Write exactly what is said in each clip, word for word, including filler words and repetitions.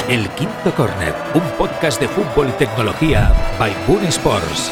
El Quinto Corner, un podcast de fútbol y tecnología by Boon Sports.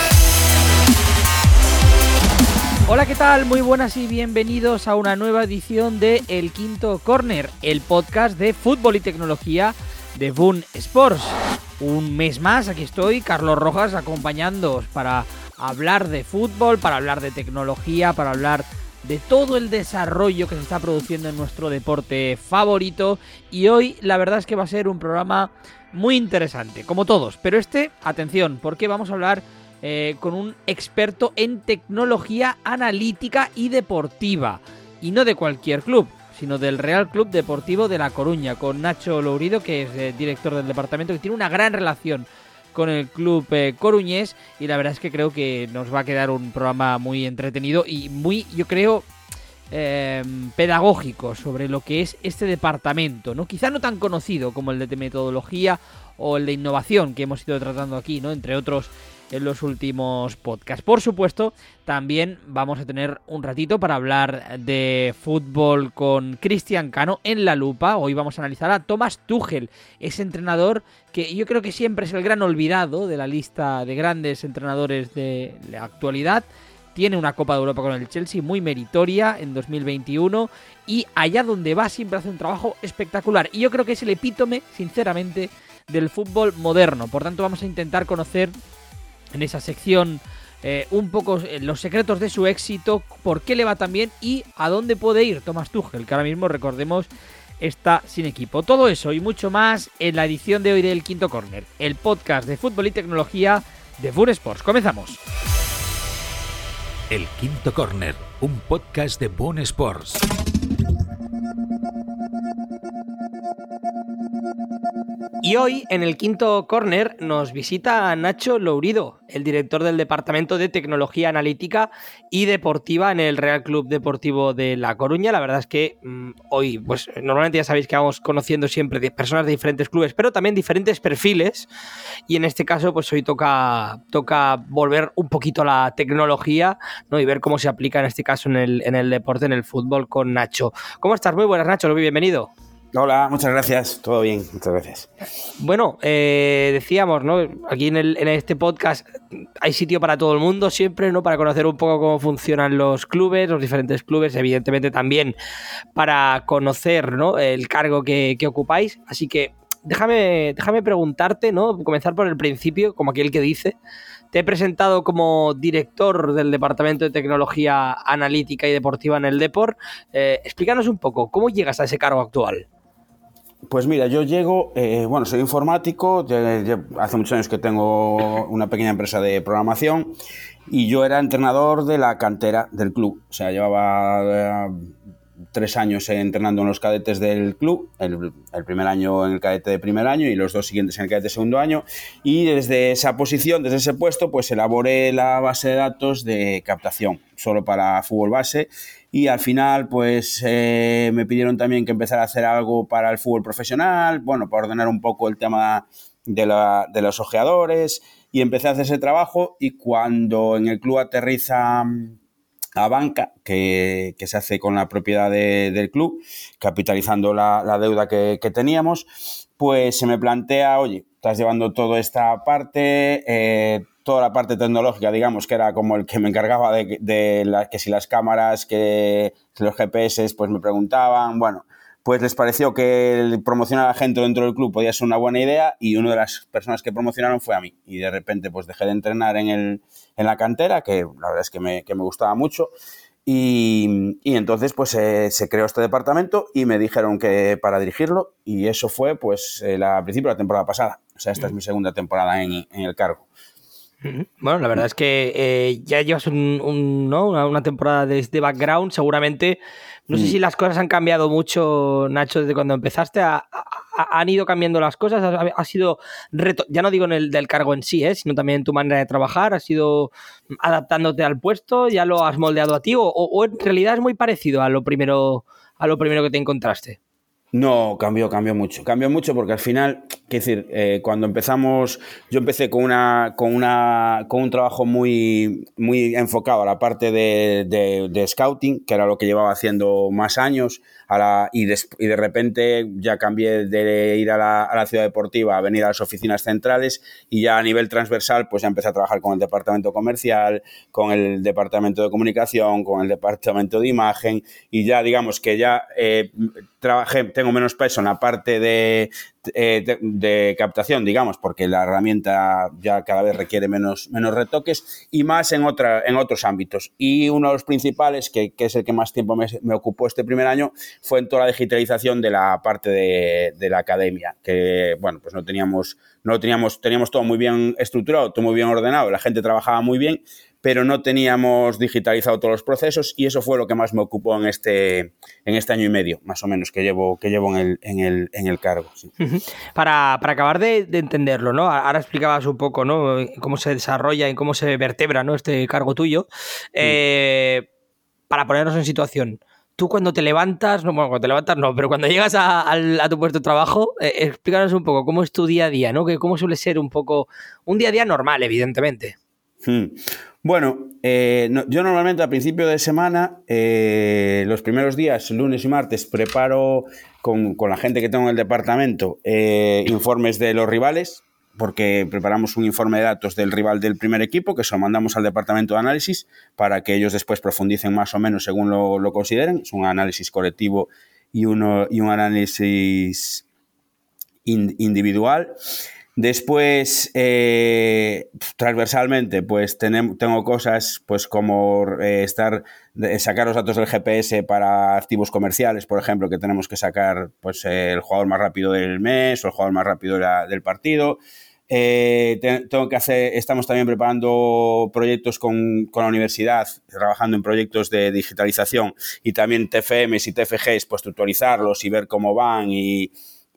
Hola, ¿qué tal? Muy buenas y bienvenidos a una nueva edición de El Quinto Corner, el podcast de fútbol y tecnología de Boon Sports. Un mes más, aquí estoy, Carlos Rojas, acompañándoos para hablar de fútbol, para hablar de tecnología, para hablar de todo el desarrollo que se está produciendo en nuestro deporte favorito. Y hoy la verdad es que va a ser un programa muy interesante, como todos. Pero este, atención, porque vamos a hablar eh, con un experto en tecnología analítica y deportiva. Y no de cualquier club, sino del Real Club Deportivo de La Coruña, con Nacho Lourido, que es eh, director del departamento, que tiene una gran relación con el club eh, coruñés, y la verdad es que creo que nos va a quedar un programa muy entretenido y muy, yo creo, eh, pedagógico sobre lo que es este departamento, ¿no? Quizá no tan conocido como el de metodología o el de innovación que hemos ido tratando aquí, ¿no? Entre otros en los últimos podcasts. Por supuesto, también vamos a tener un ratito para hablar de fútbol con Cristian Cano en La Lupa. Hoy vamos a analizar a Thomas Tuchel, ese entrenador que yo creo que siempre es el gran olvidado de la lista de grandes entrenadores de la actualidad. Tiene una Copa de Europa con el Chelsea muy meritoria en dos mil veintiuno y allá donde va siempre hace un trabajo espectacular. Y yo creo que es el epítome, sinceramente, del fútbol moderno. Por tanto, vamos a intentar conocer en esa sección eh, un poco eh, los secretos de su éxito, por qué le va tan bien y a dónde puede ir Thomas Tuchel, que ahora mismo, recordemos, está sin equipo. Todo eso y mucho más en la edición de hoy del Quinto Corner, el podcast de fútbol y tecnología de Boon Sports. Comenzamos. El Quinto Corner, un podcast de Boon Sports. Y hoy, en el Quinto Corner, nos visita Nacho Lourido, el director del Departamento de Tecnología Analítica y Deportiva en el Real Club Deportivo de La Coruña. La verdad es que mmm, hoy, pues normalmente ya sabéis que vamos conociendo siempre de personas de diferentes clubes, pero también diferentes perfiles. Y en este caso, pues hoy toca, toca volver un poquito a la tecnología, ¿no? Y ver cómo se aplica en este caso en el, en el deporte, en el fútbol, con Nacho. ¿Cómo estás? Muy buenas, Nacho. Bienvenido. Hola, muchas gracias. Todo bien, muchas gracias. Bueno, eh, decíamos, ¿no? Aquí en, el, en este podcast hay sitio para todo el mundo siempre, ¿no? Para conocer un poco cómo funcionan los clubes, los diferentes clubes, evidentemente también para conocer, ¿no? El cargo que, que ocupáis. Así que déjame, déjame preguntarte, ¿no? Comenzar por el principio, como aquel que dice. Te he presentado como director del Departamento de Tecnología Analítica y Deportiva en el Depor. Eh, explícanos un poco, ¿cómo llegas a ese cargo actual? Pues mira, yo llego, eh, bueno, soy informático, ya, ya hace muchos años que tengo una pequeña empresa de programación y yo era entrenador de la cantera del club. O sea, llevaba eh, tres años entrenando en los cadetes del club, el, el primer año en el cadete de primer año y los dos siguientes en el cadete de segundo año, y desde esa posición, desde ese puesto, pues elaboré la base de datos de captación, solo para fútbol base. Y al final, pues eh, me pidieron también que empezara a hacer algo para el fútbol profesional, bueno, para ordenar un poco el tema de, la, de los ojeadores, y empecé a hacer ese trabajo. Y cuando en el club aterriza a banca, que, que se hace con la propiedad de, del club, capitalizando la, la deuda que, que teníamos, pues se me plantea, oye, estás llevando toda esta parte, eh, toda la parte tecnológica, digamos, que era como el que me encargaba de, de la, que si las cámaras, que si los G P S, pues me preguntaban. Bueno, pues les pareció que el promocionar a la gente dentro del club podía ser una buena idea, y una de las personas que promocionaron fue a mí. Y de repente pues dejé de entrenar en, el, en la cantera, que la verdad es que me, que me gustaba mucho. Y, y entonces pues eh, se creó este departamento y me dijeron que para dirigirlo, y eso fue pues el, a principio de la temporada pasada. O sea, esta mm. es mi segunda temporada en, en el cargo. Bueno, la verdad es que eh, ya llevas un, un, ¿no? una, una temporada de, de background, seguramente. No mm. sé si las cosas han cambiado mucho, Nacho, desde cuando empezaste. ¿Ha, ha, ¿Han ido cambiando las cosas? ¿Ha, ha sido reto, ya no digo en el del cargo en sí, ¿eh? Sino también en tu manera de trabajar? ¿Has ido adaptándote al puesto? ¿Ya lo has moldeado a ti? ¿O, o en realidad es muy parecido a lo primero, a lo primero que te encontraste? No, cambió, cambió mucho. Cambió mucho porque al final, quiero decir, eh, cuando empezamos, yo empecé con una, con una, con un trabajo muy, muy enfocado a la parte de, de, de scouting, que era lo que llevaba haciendo más años, a la, y, de, y de repente ya cambié de ir a la, a la ciudad deportiva a venir a las oficinas centrales y ya a nivel transversal pues ya empecé a trabajar con el departamento comercial, con el departamento de comunicación, con el departamento de imagen y ya digamos que ya eh, trabajé, tengo menos peso en la parte de, de, de captación, digamos, porque la herramienta ya cada vez requiere menos, menos retoques y más en, otra, en otros ámbitos. Y uno de los principales, que, que es el que más tiempo me, me ocupó este primer año, fue en toda la digitalización de la parte de, de la academia, que, bueno, pues no teníamos, no teníamos, teníamos todo muy bien estructurado, todo muy bien ordenado, la gente trabajaba muy bien, pero no teníamos digitalizado todos los procesos y eso fue lo que más me ocupó en este, en este año y medio, más o menos, que llevo, que llevo en, el, en, el, en el cargo. Sí. Para, para acabar de, de entenderlo, ¿no? Ahora explicabas un poco, ¿no?, cómo se desarrolla y cómo se vertebra, ¿no?, este cargo tuyo. Eh, sí. Para ponernos en situación, tú cuando te levantas, no, bueno, cuando te levantas no, pero cuando llegas a, a, a tu puesto de trabajo, eh, explícanos un poco cómo es tu día a día, ¿no? Que cómo suele ser un poco un día a día normal, evidentemente. Hmm. Bueno, eh, no, yo normalmente a principio de semana, eh, los primeros días, lunes y martes, preparo con, con la gente que tengo en el departamento eh, informes de los rivales, porque preparamos un informe de datos del rival del primer equipo, que se lo mandamos al departamento de análisis para que ellos después profundicen más o menos según lo, lo consideren. Es un análisis colectivo y, uno, y un análisis in, individual. Después, eh, transversalmente, pues tenemos, tengo cosas pues como eh, estar, de, sacar los datos del G P S para activos comerciales, por ejemplo, que tenemos que sacar pues eh, el jugador más rápido del mes o el jugador más rápido de la, del partido. Eh, te, tengo que hacer, estamos también preparando proyectos con, con la universidad, trabajando en proyectos de digitalización y también T F Ms y T F Gs, pues tutorizarlos y ver cómo van y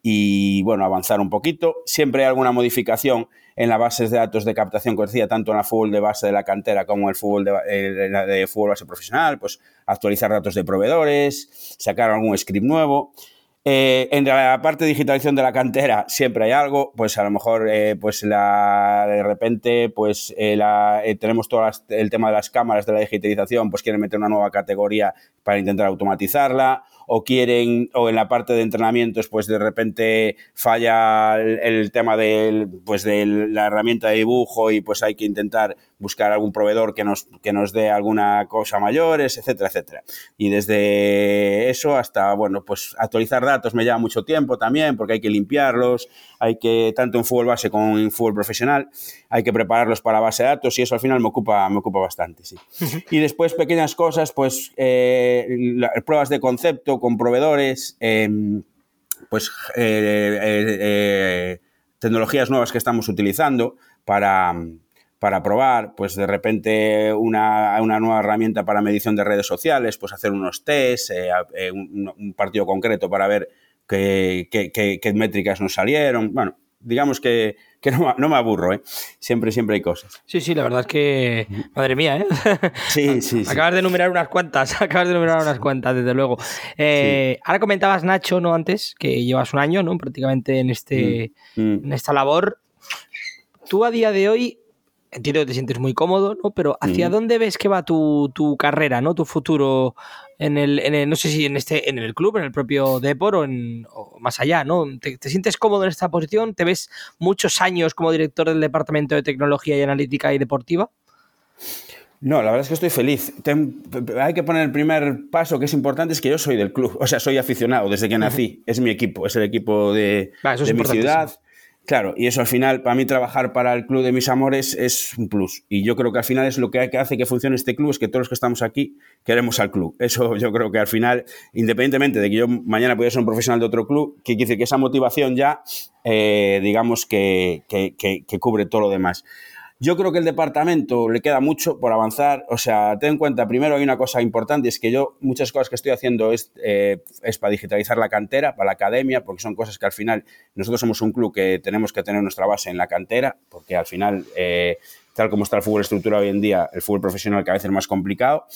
y, bueno, avanzar un poquito. Siempre hay alguna modificación en las bases de datos de captación que decía, tanto en la fútbol de base de la cantera como en el fútbol de, eh, de, de fútbol base profesional, pues actualizar datos de proveedores, sacar algún script nuevo. Eh, en la parte de digitalización de la cantera siempre hay algo, pues a lo mejor eh, pues la, de repente pues eh, la, eh, tenemos todo las, el tema de las cámaras de la digitalización, pues quieren meter una nueva categoría para intentar automatizarla, o quieren, o en la parte de entrenamientos pues de repente falla el, el tema del, pues de la herramienta de dibujo y pues hay que intentar buscar algún proveedor que nos, que nos dé alguna cosa mayores, etcétera, etcétera. Y desde eso hasta, bueno, pues actualizar datos me lleva mucho tiempo también porque hay que limpiarlos, hay que, tanto en fútbol base como en fútbol profesional, hay que prepararlos para base de datos y eso al final me ocupa, me ocupa bastante, sí. Uh-huh. Y después pequeñas cosas, pues eh, la, pruebas de concepto con proveedores, eh, pues eh, eh, eh, tecnologías nuevas que estamos utilizando para... para probar, pues de repente una, una nueva herramienta para medición de redes sociales, pues hacer unos tests, eh, eh, un, un partido concreto para ver qué, qué, qué, qué métricas nos salieron. Bueno, digamos que, que no, no me aburro, ¿eh? Siempre, siempre hay cosas. Sí, sí, la verdad es que... Madre mía, ¿eh? Sí, sí, sí. Acabas de enumerar unas cuantas, acabas de enumerar unas cuantas, desde luego. Eh, sí. Ahora comentabas, Nacho, ¿no?, antes, que llevas un año, ¿no?, prácticamente en, este, mm. Mm. en esta labor. Tú a día de hoy... Entiendo que te sientes muy cómodo, ¿no? Pero ¿hacia mm. dónde ves que va tu, tu carrera, ¿no? Tu futuro en el, en el, no sé si en este, en el club, en el propio Depor o, en, o más allá, ¿no? ¿Te, ¿Te sientes cómodo en esta posición? ¿Te ves muchos años como director del Departamento de Tecnología y Analítica y Deportiva? No, la verdad es que estoy feliz. Ten, hay que poner el primer paso, que es importante, es que yo soy del club. O sea, soy aficionado desde que nací. Uh-huh. Es mi equipo, es el equipo de, ah, de mi ciudad. Claro, y eso al final, para mí trabajar para el club de mis amores es un plus. Y yo creo que al final es lo que hace que funcione este club, es que todos los que estamos aquí queremos al club. Eso yo creo que al final, independientemente de que yo mañana pudiera ser un profesional de otro club, que quiere decir que esa motivación ya, eh, digamos que, que, que, que cubre todo lo demás. Yo creo que el departamento le queda mucho por avanzar. O sea, ten en cuenta, primero hay una cosa importante, es que yo muchas cosas que estoy haciendo es, eh, es para digitalizar la cantera, para la academia, porque son cosas que al final nosotros somos un club que tenemos que tener nuestra base en la cantera, porque al final, eh, tal como está el fútbol estructurado hoy en día, el fútbol profesional cada vez es más complicado.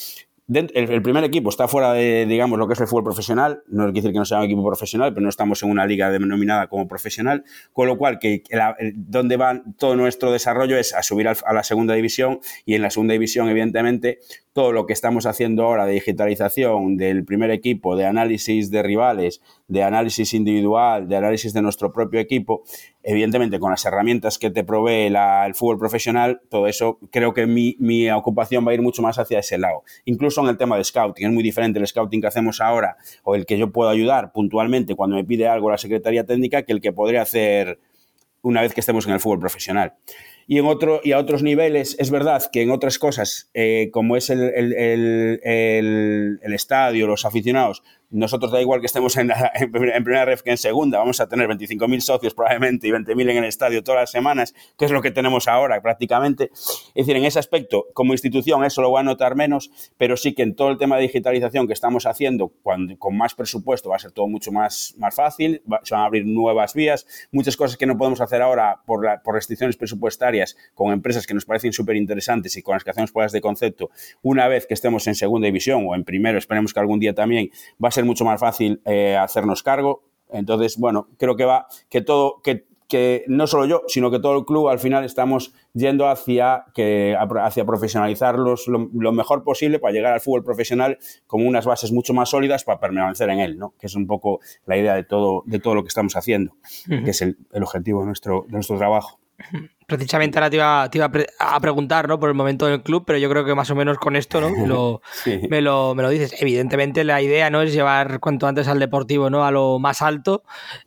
El, el primer equipo está fuera de, digamos, lo que es el fútbol profesional. No quiere decir que no sea un equipo profesional, pero no estamos en una liga denominada como profesional, con lo cual, que la, donde va todo nuestro desarrollo es a subir a la segunda división, y en la segunda división, evidentemente, todo lo que estamos haciendo ahora de digitalización del primer equipo, de análisis de rivales, de análisis individual, de análisis de nuestro propio equipo, evidentemente con las herramientas que te provee la, el fútbol profesional, todo eso, creo que mi, mi ocupación va a ir mucho más hacia ese lado. Incluso en el tema de scouting, es muy diferente el scouting que hacemos ahora, o el que yo puedo ayudar puntualmente cuando me pide algo la Secretaría Técnica, que el que podría hacer una vez que estemos en el fútbol profesional. Y, en otro, y a otros niveles, es verdad que en otras cosas, eh, como es el, el, el, el, el estadio, los aficionados, nosotros da igual que estemos en, la, en primera ref que en segunda, vamos a tener veinticinco mil socios probablemente y veinte mil en el estadio todas las semanas, que es lo que tenemos ahora prácticamente. Es decir, en ese aspecto, como institución, eso lo voy a notar menos, pero sí que en todo el tema de digitalización que estamos haciendo, cuando, con más presupuesto, va a ser todo mucho más, más fácil, va, se van a abrir nuevas vías, muchas cosas que no podemos hacer ahora por, la, por restricciones presupuestarias con empresas que nos parecen súper interesantes y con las que hacemos pruebas de concepto, una vez que estemos en segunda división o en primero, esperemos que algún día también, va a ser mucho más fácil eh, hacernos cargo. Entonces, bueno, creo que va, que todo, que, que no solo yo, sino que todo el club al final estamos yendo hacia, que, hacia profesionalizarlos lo, lo mejor posible para llegar al fútbol profesional con unas bases mucho más sólidas para permanecer en él, ¿no? Que es un poco la idea de todo, de todo lo que estamos haciendo, uh-huh. que es el, el objetivo de nuestro, de nuestro trabajo. Precisamente ahora te iba, te iba a, pre- a preguntar, ¿no?, por el momento del club, pero yo creo que más o menos con esto, ¿no?, lo, sí. me, lo, me lo dices. Evidentemente la idea, ¿no?, es llevar cuanto antes al Deportivo, ¿no?, a lo más alto.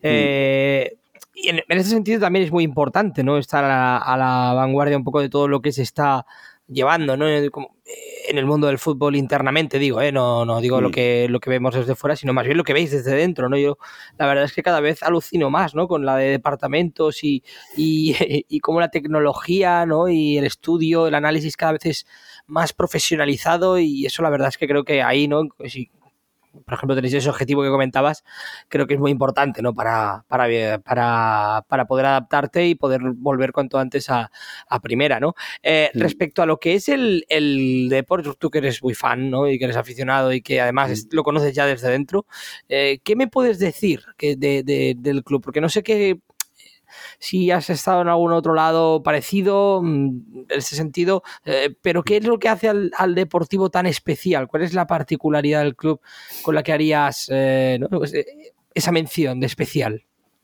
Eh, sí. Y en, en ese sentido también es muy importante, ¿no?, estar a la, a la vanguardia un poco de todo lo que se está llevando, ¿no?, como en el mundo del fútbol internamente, digo, ¿eh? No, no digo mm. lo que lo que vemos desde fuera, sino más bien lo que veis desde dentro, ¿no? Yo la verdad es que cada vez alucino más, ¿no?, con la de departamentos y, y, y cómo la tecnología, ¿no?, y el estudio, el análisis cada vez es más profesionalizado, y eso la verdad es que creo que ahí, ¿no?, si por ejemplo tenéis ese objetivo que comentabas, creo que es muy importante, ¿no?, para, para, para, para poder adaptarte y poder volver cuanto antes a, a primera, ¿no? Eh, sí. Respecto a lo que es el, el deporte, tú que eres muy fan, ¿no?, y que eres aficionado y que además sí. lo conoces ya desde dentro, eh, ¿qué me puedes decir que de, de, del club? Porque no sé qué, si has estado en algún otro lado parecido en ese sentido, eh, pero ¿qué es lo que hace al, al Deportivo tan especial? ¿Cuál es la particularidad del club con la que harías eh, ¿no? pues, eh, esa mención de especial?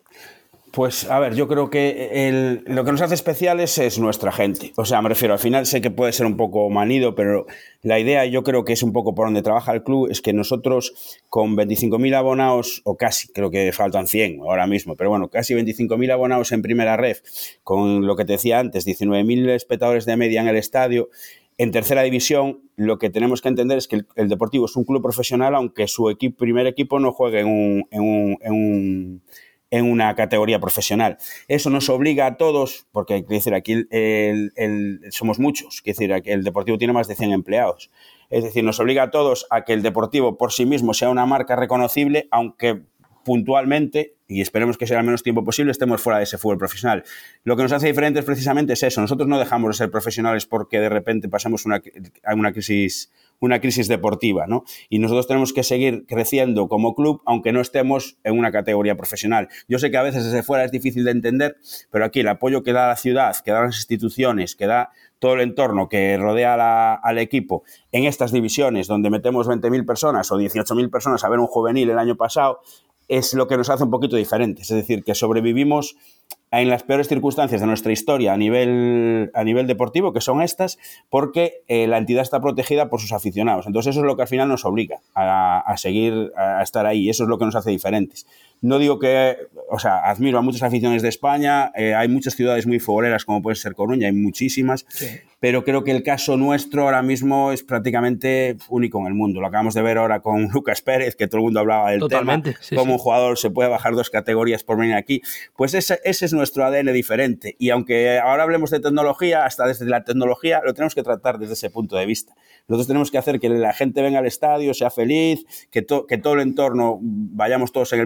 Pues, a ver, yo creo que el, lo que nos hace especiales es nuestra gente. O sea, me refiero, al final sé que puede ser un poco manido, pero la idea, yo creo que es un poco por donde trabaja el club, es que nosotros con veinticinco mil abonados, o casi, creo que faltan cien ahora mismo, pero bueno, casi veinticinco mil abonados en primera ref, con lo que te decía antes, diecinueve mil espectadores de media en el estadio. En tercera división, lo que tenemos que entender es que el, el Deportivo es un club profesional, aunque su equipo, primer equipo no juegue en un... En un, en un en una categoría profesional. Eso nos obliga a todos, porque hay que decir, aquí el, el, el, somos muchos, es decir, el Deportivo tiene más de cien empleados. Es decir, nos obliga a todos a que el Deportivo por sí mismo sea una marca reconocible, aunque puntualmente, y esperemos que sea el menos tiempo posible, estemos fuera de ese fútbol profesional. Lo que nos hace diferentes precisamente es eso. Nosotros no dejamos de ser profesionales porque de repente pasamos una, una crisis... una crisis deportiva, ¿no? Y nosotros tenemos que seguir creciendo como club, aunque no estemos en una categoría profesional. Yo sé que a veces desde fuera es difícil de entender, pero aquí el apoyo que da la ciudad, que dan las instituciones, que da todo el entorno que rodea la, al equipo en estas divisiones donde metemos veinte mil personas o dieciocho mil personas a ver un juvenil el año pasado, es lo que nos hace un poquito diferentes. Es decir, que sobrevivimos en las peores circunstancias de nuestra historia a nivel, a nivel deportivo, que son estas, porque eh, la entidad está protegida por sus aficionados. Entonces eso es lo que al final nos obliga a, a seguir, a estar ahí. Eso es lo que nos hace diferentes. No digo que, o sea, admiro a muchas aficiones de España, eh, hay muchas ciudades muy futboleras como puede ser Coruña, hay muchísimas, sí. Pero creo que el caso nuestro ahora mismo es prácticamente único en el mundo. Lo acabamos de ver ahora con Lucas Pérez, que todo el mundo hablaba del Totalmente, tema, sí, cómo sí. un jugador se puede bajar dos categorías por venir aquí. Pues ese, ese es nuestro A D N diferente. Y aunque ahora hablemos de tecnología, hasta desde la tecnología lo tenemos que tratar desde ese punto de vista. Nosotros tenemos que hacer que la gente venga al estadio, sea feliz, que, to, que todo el entorno vayamos todos en el mismo camino,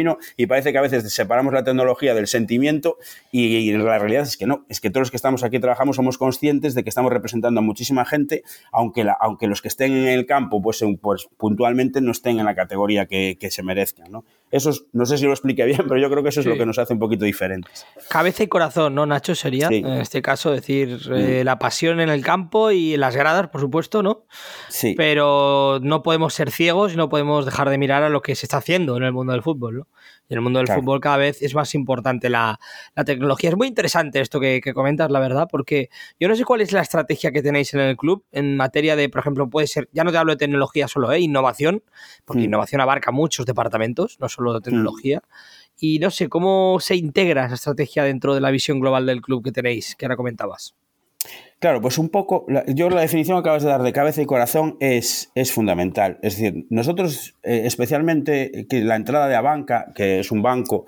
camino, y parece que a veces separamos la tecnología del sentimiento, y, y la realidad es que no, es que todos los que estamos aquí trabajamos somos conscientes de que estamos representando a muchísima gente, aunque, la, aunque los que estén en el campo pues, pues puntualmente no estén en la categoría que, que se merezcan, ¿no? Eso es, no sé si lo expliqué bien, pero yo creo que eso es sí. lo que nos hace un poquito diferentes. Cabeza y corazón, ¿no, Nacho? Sería, sí. en este caso, decir, mm. eh, la pasión en el campo y en las gradas, por supuesto, ¿no? Sí. Pero no podemos ser ciegos y no podemos dejar de mirar a lo que se está haciendo en el mundo del fútbol, ¿no? Y en el mundo del claro. fútbol cada vez es más importante la, la tecnología. Es muy interesante esto que, que comentas, la verdad, porque yo no sé cuál es la estrategia que tenéis en el club en materia de, por ejemplo, puede ser, ya no te hablo de tecnología solo, ¿eh? Innovación, porque mm. innovación abarca muchos departamentos, no solo de tecnología. Mm. Y no sé, ¿cómo se integra esa estrategia dentro de la visión global del club que tenéis, que ahora comentabas? Claro, pues un poco, yo la definición que acabas de dar de cabeza y corazón es, es fundamental. Es decir, nosotros, eh, especialmente que la entrada de Abanca, que es un banco,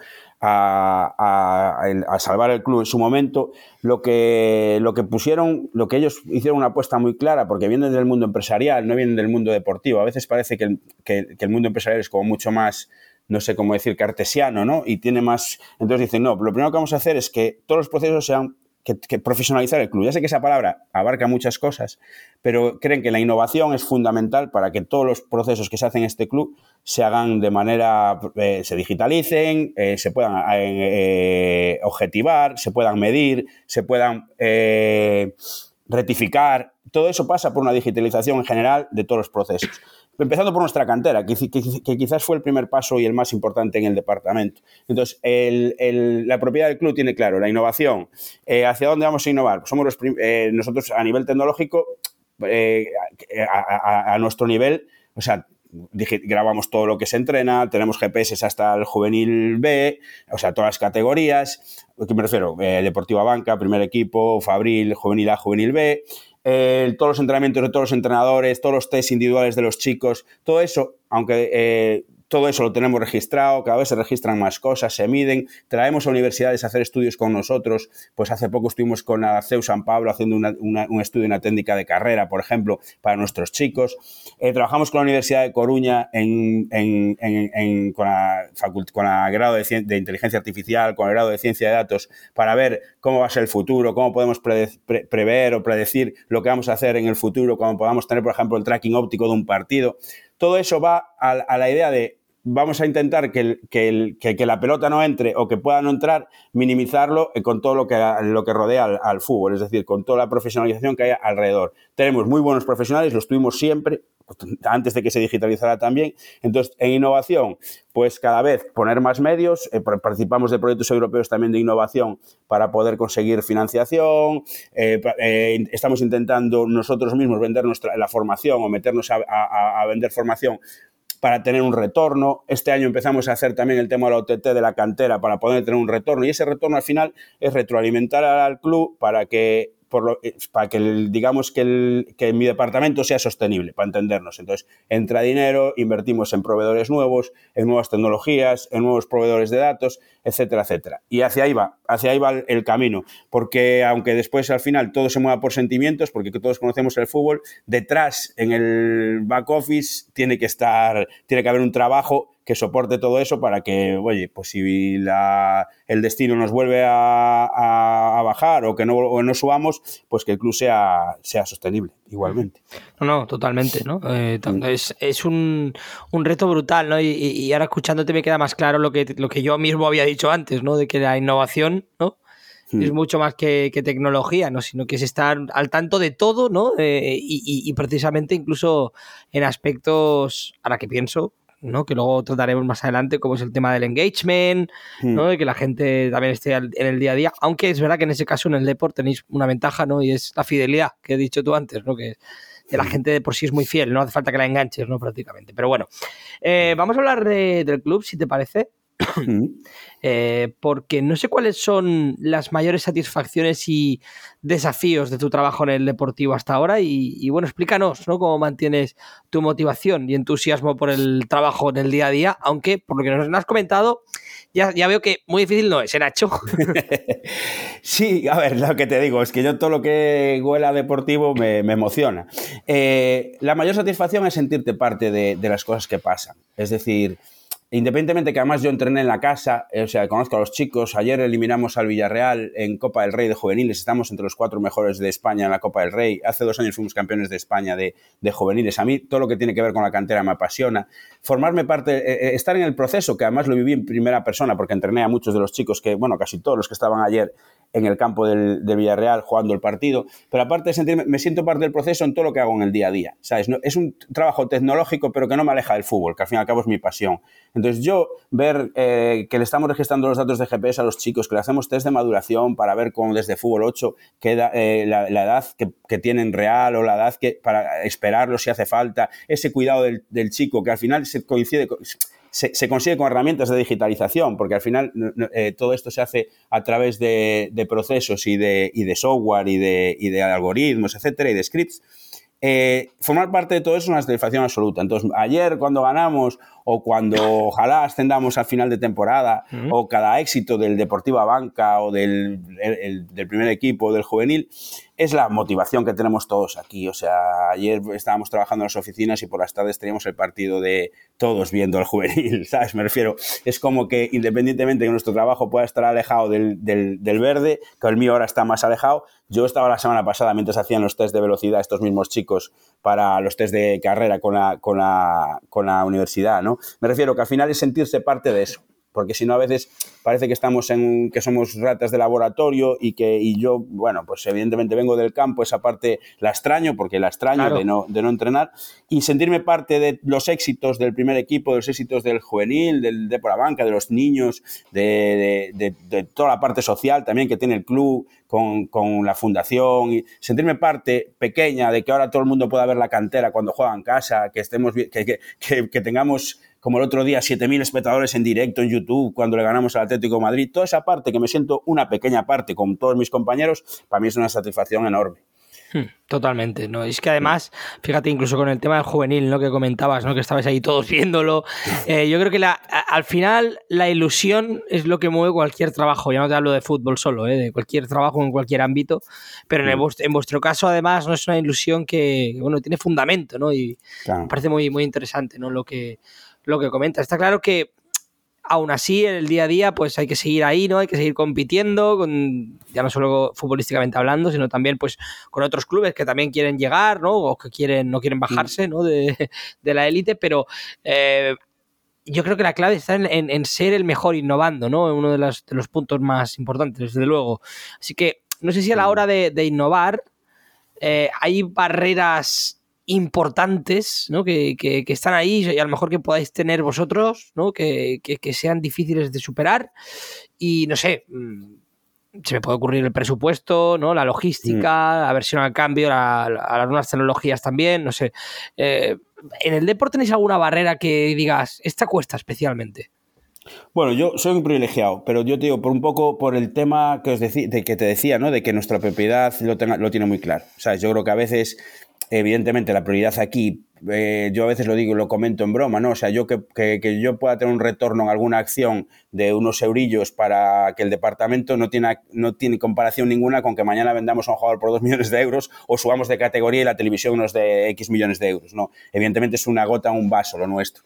a, a, a salvar el club en su momento, lo que, lo que pusieron, lo que ellos hicieron una apuesta muy clara, porque vienen del mundo empresarial, no vienen del mundo deportivo. A veces parece que el, que, que el mundo empresarial es como mucho más, no sé cómo decir, cartesiano, ¿no? Y tiene más... Entonces dicen, no, lo primero que vamos a hacer es que todos los procesos sean... Que, que profesionalizar el club. Ya sé que esa palabra abarca muchas cosas, pero creen que la innovación es fundamental para que todos los procesos que se hacen en este club se hagan de manera, eh, se digitalicen, eh, se puedan eh, objetivar, se puedan medir, se puedan eh, rectificar. Todo eso pasa por una digitalización en general de todos los procesos. Empezando por nuestra cantera, que, que, que quizás fue el primer paso y el más importante en el departamento. Entonces, el, el, la propiedad del club tiene claro la innovación. Eh, ¿Hacia dónde vamos a innovar? Pues somos los prim- eh, nosotros a nivel tecnológico, eh, a, a, a nuestro nivel, o sea, digi- grabamos todo lo que se entrena, tenemos G P S hasta el juvenil B, o sea, todas las categorías. ¿A qué me refiero? Eh, Deportivo Abanca, primer equipo, Fabril, juvenil A, juvenil B. Eh, todos los entrenamientos de todos los entrenadores, todos los test individuales de los chicos, todo eso, aunque eh, todo eso lo tenemos registrado, cada vez se registran más cosas, se miden, traemos a universidades a hacer estudios con nosotros. Pues hace poco estuvimos con la C E U San Pablo haciendo una, una, un estudio, una técnica de carrera, por ejemplo, para nuestros chicos. Eh, trabajamos con la Universidad de Coruña en, en, en, en, con, la facult- con la grado de, cien- de inteligencia artificial, con el grado de ciencia de datos, para ver cómo va a ser el futuro, cómo podemos pre- pre- prever o predecir lo que vamos a hacer en el futuro, cuando podamos tener, por ejemplo, el tracking óptico de un partido. Todo eso va a, a la idea de vamos a intentar que, el, que, el, que, que la pelota no entre o que pueda no entrar, minimizarlo con todo lo que, lo que rodea al, al fútbol, es decir, con toda la profesionalización que hay alrededor. Tenemos muy buenos profesionales, los tuvimos siempre, antes de que se digitalizara también. Entonces, en innovación, pues cada vez poner más medios, eh, participamos de proyectos europeos también de innovación para poder conseguir financiación, eh, eh, estamos intentando nosotros mismos vender nuestra, la formación o meternos a, a, a vender formación para tener un retorno. Este año empezamos a hacer también el tema de la O T T de la cantera para poder tener un retorno, y ese retorno al final es retroalimentar al club para que por lo, para que el, digamos que, el, que mi departamento sea sostenible, para entendernos. Entonces, entra dinero, invertimos en proveedores nuevos, en nuevas tecnologías, en nuevos proveedores de datos, etcétera, etcétera. Y hacia ahí va, hacia ahí va el, el camino, porque aunque después al final todo se mueva por sentimientos, porque todos conocemos el fútbol, detrás en el back office tiene que estar, tiene que haber un trabajo que soporte todo eso para que, oye, pues si la, el destino nos vuelve a, a, a bajar o que no, o no subamos, pues que el club sea, sea sostenible igualmente. No, no, totalmente, ¿no? Eh, es, es un, un reto brutal, ¿no? Y, y ahora escuchándote me queda más claro lo que, lo que yo mismo había dicho antes, ¿no? De que la innovación, ¿no? Hmm. Es mucho más que, que tecnología, ¿no? Sino que es estar al tanto de todo, ¿no? Eh, y, y, y precisamente incluso en aspectos, ahora que pienso, ¿no? Que luego trataremos más adelante, como es el tema del engagement, ¿no? Mm. De que la gente también esté en el día a día, aunque es verdad que en ese caso en el deporte tenéis una ventaja, ¿no? Y es la fidelidad que he dicho tú antes, ¿no? Que, que la gente de por sí es muy fiel, no hace falta que la enganches, ¿no? Prácticamente. Pero bueno, eh, vamos a hablar de, del club, si te parece. Mm. Eh, porque no sé cuáles son las mayores satisfacciones y desafíos de tu trabajo en el deportivo hasta ahora y, y bueno, explícanos, ¿no? Cómo mantienes tu motivación y entusiasmo por el trabajo en el día a día, aunque por lo que nos has comentado ya, ya veo que muy difícil no es, ¿eh, Nacho? Sí, a ver, lo que te digo es que yo todo lo que huela deportivo me, me emociona. Eh, la mayor satisfacción es sentirte parte de, de las cosas que pasan, es decir, independientemente que además yo entrené en la casa, eh, o sea, conozco a los chicos, ayer eliminamos al Villarreal en Copa del Rey de juveniles, estamos entre los cuatro mejores de España en la Copa del Rey, hace dos años fuimos campeones de España de, de juveniles. A mí todo lo que tiene que ver con la cantera me apasiona. Formarme parte, eh, estar en el proceso, que además lo viví en primera persona, porque entrené a muchos de los chicos, que bueno, casi todos los que estaban ayer en el campo del, del Villarreal jugando el partido, pero aparte de sentirme, me siento parte del proceso en todo lo que hago en el día a día, ¿sabes? No, es un trabajo tecnológico, pero que no me aleja del fútbol, que al fin y al cabo es mi pasión. Entonces yo ver eh, que le estamos registrando los datos de G P S a los chicos, que le hacemos test de maduración para ver cómo desde Fútbol ocho qué da, eh, la, la edad que, que tienen real o la edad que para esperarlo si hace falta, ese cuidado del, del chico que al final se coincide con, Se, se consigue con herramientas de digitalización, porque al final eh, todo esto se hace a través de, de procesos y de, y de software y de, y de algoritmos, etcétera, y de scripts. Eh, formar parte de todo eso es una satisfacción absoluta. Entonces, ayer cuando ganamos o cuando ojalá ascendamos al final de temporada uh-huh. o cada éxito del Deportivo Abanca o del, el, el, del primer equipo del juvenil, es la motivación que tenemos todos aquí. O sea, ayer estábamos trabajando en las oficinas y por las tardes teníamos el partido de todos viendo al juvenil, ¿sabes? Me refiero, es como que independientemente de que nuestro trabajo pueda estar alejado del, del, del verde, que el mío ahora está más alejado. Yo estaba la semana pasada mientras hacían los test de velocidad estos mismos chicos para los test de carrera con la, con la, con la universidad, ¿no? Me refiero que al final es sentirse parte de eso, porque si no a veces parece que estamos en que somos ratas de laboratorio y que y yo, bueno, pues evidentemente vengo del campo, esa parte la extraño porque la extraño claro. de, no, de no entrenar y sentirme parte de los éxitos del primer equipo, de los éxitos del juvenil, del de por la banca, de los niños, de, de, de, de toda la parte social también que tiene el club con, con la fundación y sentirme parte pequeña de que ahora todo el mundo pueda ver la cantera cuando juega en casa, que estemos que, que, que, que tengamos como el otro día, siete mil espectadores en directo en YouTube cuando le ganamos al Atlético de Madrid. Toda esa parte, que me siento una pequeña parte con todos mis compañeros, para mí es una satisfacción enorme. Totalmente, ¿no? Es que además, fíjate, incluso con el tema del juvenil, ¿no? Que comentabas, ¿no? Que estabais ahí todos viéndolo. Eh, yo creo que la, al final la ilusión es lo que mueve cualquier trabajo. Ya no te hablo de fútbol solo, ¿eh? De cualquier trabajo en cualquier ámbito. Pero en, el, en vuestro caso, además, no es una ilusión que, bueno, tiene fundamento, ¿no? Y claro. Me parece muy, muy interesante, ¿no? Lo que lo que comenta. Está claro que aún así en el día a día pues hay que seguir ahí, ¿no? Hay que seguir compitiendo, con, ya no solo futbolísticamente hablando, sino también pues con otros clubes que también quieren llegar, ¿no? O que quieren no quieren bajarse, ¿no? De, de la élite, pero eh, yo creo que la clave está en, en, en ser el mejor innovando, ¿no? Uno de, las, de los puntos más importantes, desde luego. Así que no sé si a la hora de, de innovar eh, hay barreras importantes, ¿no? que, que, que están ahí y a lo mejor que podáis tener vosotros, ¿no? que, que, que sean difíciles de superar y no sé, se me puede ocurrir el presupuesto, ¿no? La logística, mm. la versión al cambio, la, la, las nuevas tecnologías también, no sé. Eh, ¿en el deporte tenéis alguna barrera que digas, esta cuesta especialmente? Bueno, yo soy un privilegiado, pero yo te digo, por un poco por el tema que os decí, de que te decía, ¿no? De que nuestra propiedad lo, tenga, lo tiene muy claro. ¿Sabes? Yo creo que a veces, evidentemente, la prioridad aquí, eh, yo a veces lo digo y lo comento en broma, ¿no? O sea, yo que, que, que yo pueda tener un retorno en alguna acción de unos eurillos para que el departamento no tiene, no tiene comparación ninguna con que mañana vendamos a un jugador por dos millones de euros o subamos de categoría y la televisión nos dé X millones de euros, ¿no? Evidentemente es una gota en un vaso lo nuestro.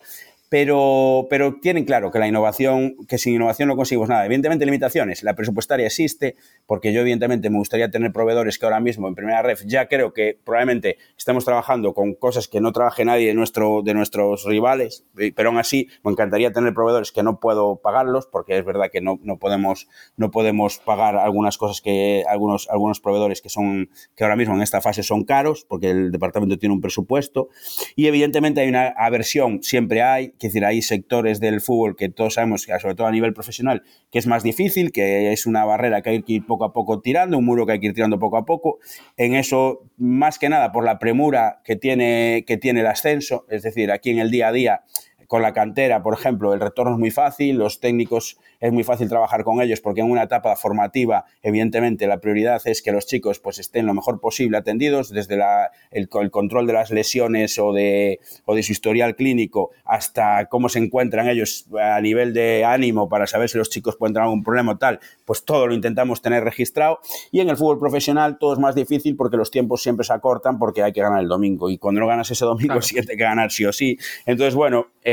Pero, pero tienen claro que la innovación, que sin innovación no conseguimos nada. Evidentemente limitaciones, la presupuestaria existe, porque yo evidentemente me gustaría tener proveedores que ahora mismo en primera ref ya creo que probablemente estamos trabajando con cosas que no trabaje nadie de, nuestro, de nuestros rivales, pero aún así me encantaría tener proveedores que no puedo pagarlos, porque es verdad que no, no, podemos, no podemos pagar algunas cosas que algunos, algunos proveedores que, son, que ahora mismo en esta fase son caros, porque el departamento tiene un presupuesto, y evidentemente hay una aversión, siempre hay. Es decir, hay sectores del fútbol que todos sabemos, que sobre todo a nivel profesional, que es más difícil, que es una barrera que hay que ir poco a poco tirando, un muro que hay que ir tirando poco a poco. En eso, más que nada, por la premura que tiene, que tiene el ascenso, es decir, aquí en el día a día, con la cantera, por ejemplo, el retorno es muy fácil, los técnicos es muy fácil trabajar con ellos porque en una etapa formativa, evidentemente, la prioridad es que los chicos pues estén lo mejor posible atendidos, desde la, el, el control de las lesiones o de, o de su historial clínico hasta cómo se encuentran ellos a nivel de ánimo para saber si los chicos pueden tener algún problema o tal, pues todo lo intentamos tener registrado. Y en el fútbol profesional todo es más difícil porque los tiempos siempre se acortan porque hay que ganar el domingo y cuando no ganas ese domingo claro. sí que hay que ganar sí o sí. Entonces, bueno, eh,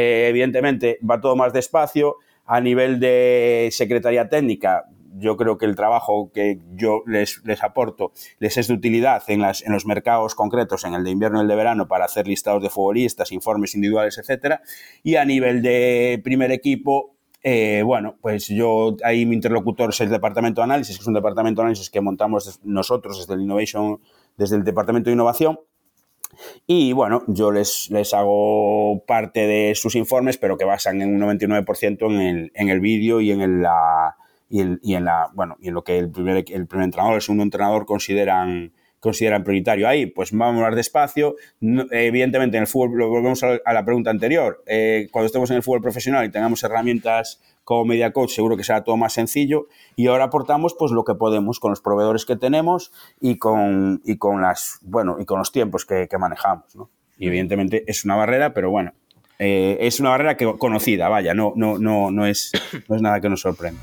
eh, evidentemente va todo más despacio. A nivel de secretaría técnica, yo creo que el trabajo que yo les, les aporto les es de utilidad en, las, en los mercados concretos, en el de invierno y el de verano, para hacer listados de futbolistas, informes individuales, etcétera. Y a nivel de primer equipo, eh, bueno, pues yo, ahí mi interlocutor es el departamento de análisis, que es un departamento de análisis que montamos nosotros desde el Innovation, desde el departamento de innovación. Y bueno, yo les, les hago parte de sus informes, pero que basan en un noventa y nueve por ciento en el, en el vídeo y en el, la y, el, y en la bueno y en lo que el primer, el primer entrenador, el segundo entrenador consideran consideran prioritario. Ahí pues vamos a hablar despacio. No, evidentemente en el fútbol, lo volvemos a, a la pregunta anterior, eh, cuando estemos en el fútbol profesional y tengamos herramientas como Media Coach, seguro que será todo más sencillo, y ahora aportamos pues lo que podemos con los proveedores que tenemos y con, y con las bueno y con los tiempos que, que manejamos, ¿no? Y evidentemente es una barrera, pero bueno, eh, es una barrera que, conocida, vaya, no, no, no, no, es, no es nada que nos sorprenda.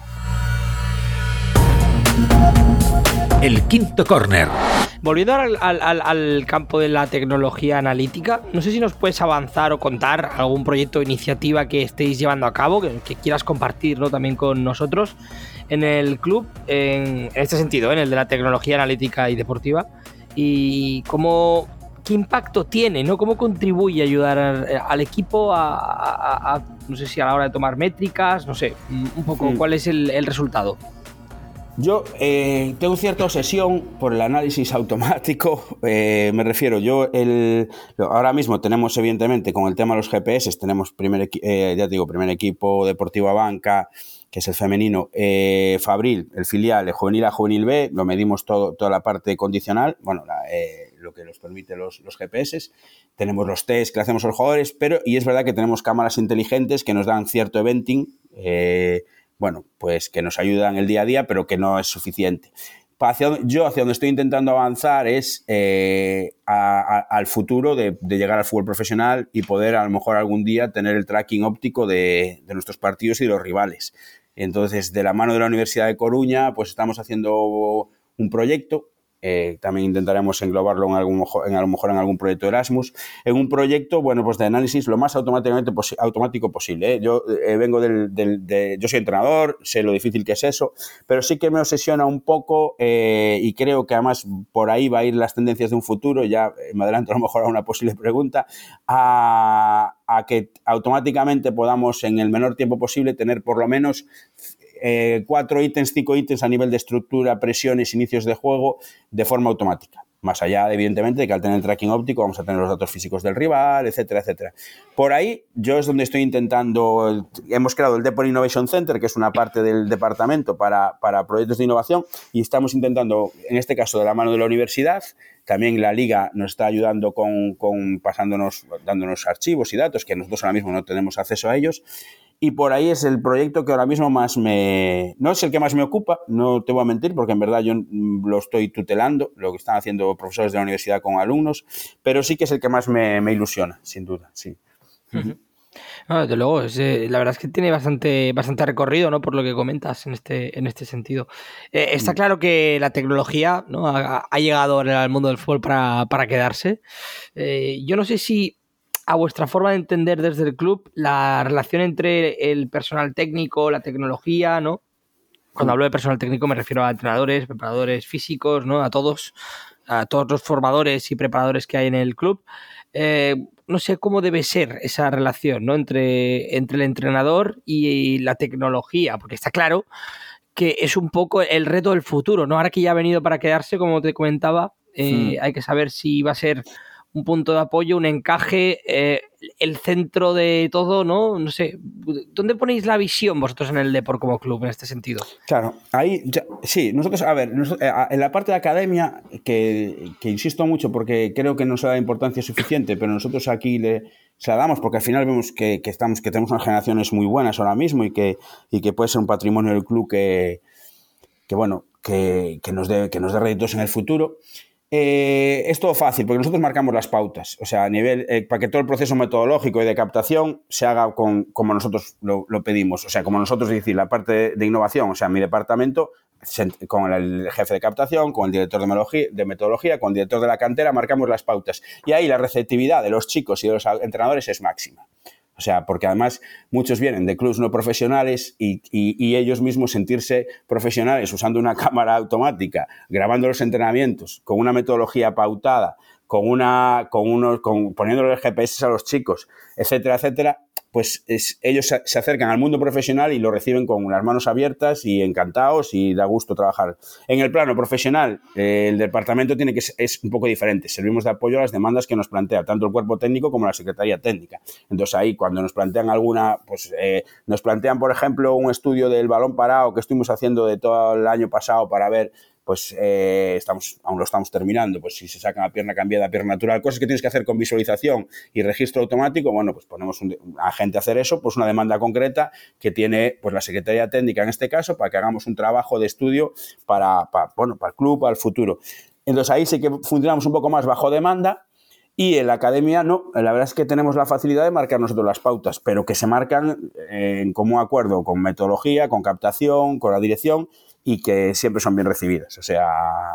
El quinto córner. Volviendo al, al, al campo de la tecnología analítica, no sé si nos puedes avanzar o contar algún proyecto o iniciativa que estéis llevando a cabo, que, que quieras compartir, ¿no?, también con nosotros en el club, en, en este sentido, en el de la tecnología analítica y deportiva, y cómo, qué impacto tiene, ¿no? Cómo contribuye a ayudar al, al equipo a, a, a, no sé si a la hora de tomar métricas, no sé, un poco mm. cuál es el, el resultado. Yo eh, tengo cierta obsesión por el análisis automático, eh, me refiero, yo el, ahora mismo tenemos evidentemente con el tema de los G P S, tenemos primer, eh, ya te digo, primer equipo deportivo a banca, que es el femenino, eh, Fabril, el filial, el juvenil A, juvenil B, lo medimos todo, toda la parte condicional, bueno, la, eh, lo que nos permite los, los G P S, tenemos los test que hacemos a los jugadores, pero, y es verdad que tenemos cámaras inteligentes que nos dan cierto eventing, eh, bueno, pues que nos ayudan el día a día, pero que no es suficiente. Hacia, yo hacia donde estoy intentando avanzar es eh, a, a, al futuro de, de llegar al fútbol profesional y poder a lo mejor algún día tener el tracking óptico de, de nuestros partidos y de los rivales. Entonces, de la mano de la Universidad de Coruña, pues estamos haciendo un proyecto. Eh, también intentaremos englobarlo en, algún, en a lo mejor en algún proyecto de Erasmus, en un proyecto, bueno, pues de análisis lo más automáticamente posi- automático posible, ¿eh? Yo eh, vengo del, del de, yo soy entrenador, sé lo difícil que es eso, pero sí que me obsesiona un poco eh, y creo que además por ahí va a ir las tendencias de un futuro, ya me adelanto a lo mejor a una posible pregunta, a, a que automáticamente podamos en el menor tiempo posible tener por lo menos Eh, cuatro ítems, cinco ítems a nivel de estructura, presiones, inicios de juego de forma automática. Más allá, evidentemente, de que al tener el tracking óptico vamos a tener los datos físicos del rival, etcétera, etcétera. Por ahí, yo es donde estoy intentando... Hemos creado el Depor Innovation Center, que es una parte del departamento para, para proyectos de innovación, y estamos intentando, en este caso, de la mano de la universidad. También la Liga nos está ayudando con, con pasándonos, dándonos archivos y datos que nosotros ahora mismo no tenemos acceso a ellos. Y por ahí es el proyecto que ahora mismo más me... No es el que más me ocupa, no te voy a mentir, porque en verdad yo lo estoy tutelando, lo que están haciendo profesores de la universidad con alumnos, pero sí que es el que más me, me ilusiona, sin duda, sí. Uh-huh. No, desde luego, es, eh, la verdad es que tiene bastante, bastante recorrido, ¿no?, por lo que comentas en este, en este sentido. Eh, está mm. claro que la tecnología, ¿no?, ha, ha llegado al mundo del fútbol para, para quedarse. Eh, yo no sé si a vuestra forma de entender desde el club la relación entre el personal técnico, la tecnología, ¿no? Cuando hablo de personal técnico me refiero a entrenadores, preparadores físicos, ¿no?, a todos, a todos los formadores y preparadores que hay en el club. Eh, no sé cómo debe ser esa relación, ¿no?, entre, entre el entrenador y la tecnología, porque está claro que es un poco el reto del futuro, ¿no? Ahora que ya ha venido para quedarse, como te comentaba, eh, sí. hay que saber si va a ser un punto de apoyo, un encaje, eh, el centro de todo, ¿no? No sé, ¿dónde ponéis la visión vosotros en el Depor como club en este sentido? Claro, ahí, ya, sí, nosotros, a ver, nosotros, en la parte de academia, que, que insisto mucho porque creo que no se da importancia suficiente, pero nosotros aquí le, se la damos porque al final vemos que, que, estamos, que tenemos unas generaciones muy buenas ahora mismo y que, y que puede ser un patrimonio del club que, que bueno, que, que nos dé que nos dé réditos en el futuro. Eh, es todo fácil, porque nosotros marcamos las pautas, o sea, a nivel, eh, para que todo el proceso metodológico y de captación se haga con, como nosotros lo, lo pedimos, o sea, como nosotros, es decir, la parte de, de innovación, o sea, mi departamento, con el jefe de captación, con el director de metodología, de metodología, con el director de la cantera, marcamos las pautas, y ahí la receptividad de los chicos y de los entrenadores es máxima. O sea, porque además muchos vienen de clubes no profesionales y, y, y ellos mismos sentirse profesionales usando una cámara automática, grabando los entrenamientos, con una metodología pautada, con una, con unos, con, poniéndole G P S a los chicos, etcétera, etcétera, pues es, ellos se, se acercan al mundo profesional y lo reciben con las manos abiertas y encantados y da gusto trabajar. En el plano profesional, eh, el departamento tiene que es un poco diferente. Servimos de apoyo a las demandas que nos plantea tanto el cuerpo técnico como la secretaría técnica. Entonces ahí cuando nos plantean alguna, pues eh, nos plantean por ejemplo un estudio del balón parado que estuvimos haciendo de todo el año pasado para ver pues eh, estamos, aún lo estamos terminando, pues si se saca una pierna cambiada, pierna natural, cosas que tienes que hacer con visualización y registro automático, bueno, pues ponemos un, a gente a hacer eso, pues una demanda concreta que tiene pues la Secretaría Técnica en este caso para que hagamos un trabajo de estudio para, para, bueno, para el club, para el futuro. Entonces ahí sí que funcionamos un poco más bajo demanda. Y en la academia no, la verdad es que tenemos la facilidad de marcar nosotros las pautas, pero que se marcan en común acuerdo con metodología, con captación, con la dirección y que siempre son bien recibidas. O sea,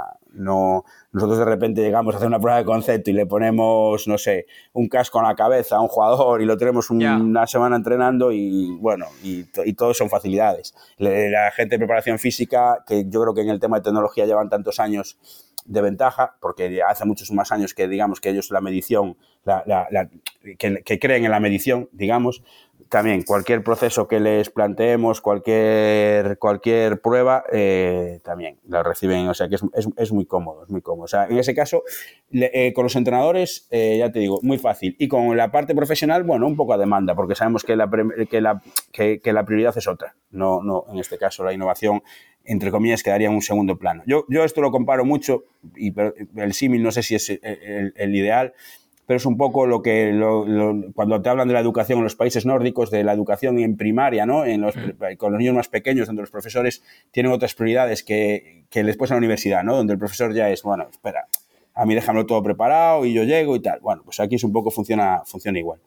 no nosotros de repente llegamos a hacer una prueba de concepto y le ponemos, no sé, un casco en la cabeza a un jugador y lo tenemos un, yeah. una semana entrenando y bueno, y, y todo son facilidades. La gente de preparación física, que yo creo que en el tema de tecnología llevan tantos años de ventaja, porque hace muchos más años que digamos que ellos la medición, la, la, la, que, que creen en la medición, digamos, también cualquier proceso que les planteemos, cualquier cualquier prueba, eh, también la reciben, o sea que es, es, es muy cómodo, es muy cómodo. O sea, en ese caso, le, eh, con los entrenadores, eh, ya te digo, muy fácil. Y con la parte profesional, bueno, un poco a demanda, porque sabemos que la, que la, que, que la prioridad es otra, no, no, en este caso la innovación, entre comillas, quedaría en un segundo plano. Yo, yo esto lo comparo mucho, y el símil no sé si es el, el, el ideal, pero es un poco lo que lo, lo, cuando te hablan de la educación en los países nórdicos, de la educación en primaria, ¿no? En los, mm. con los niños más pequeños, donde los profesores tienen otras prioridades que, que después en la universidad, ¿no? Donde el profesor ya es, bueno, espera, a mí déjamelo todo preparado y yo llego y tal. Bueno, pues aquí es un poco, funciona, funciona igual.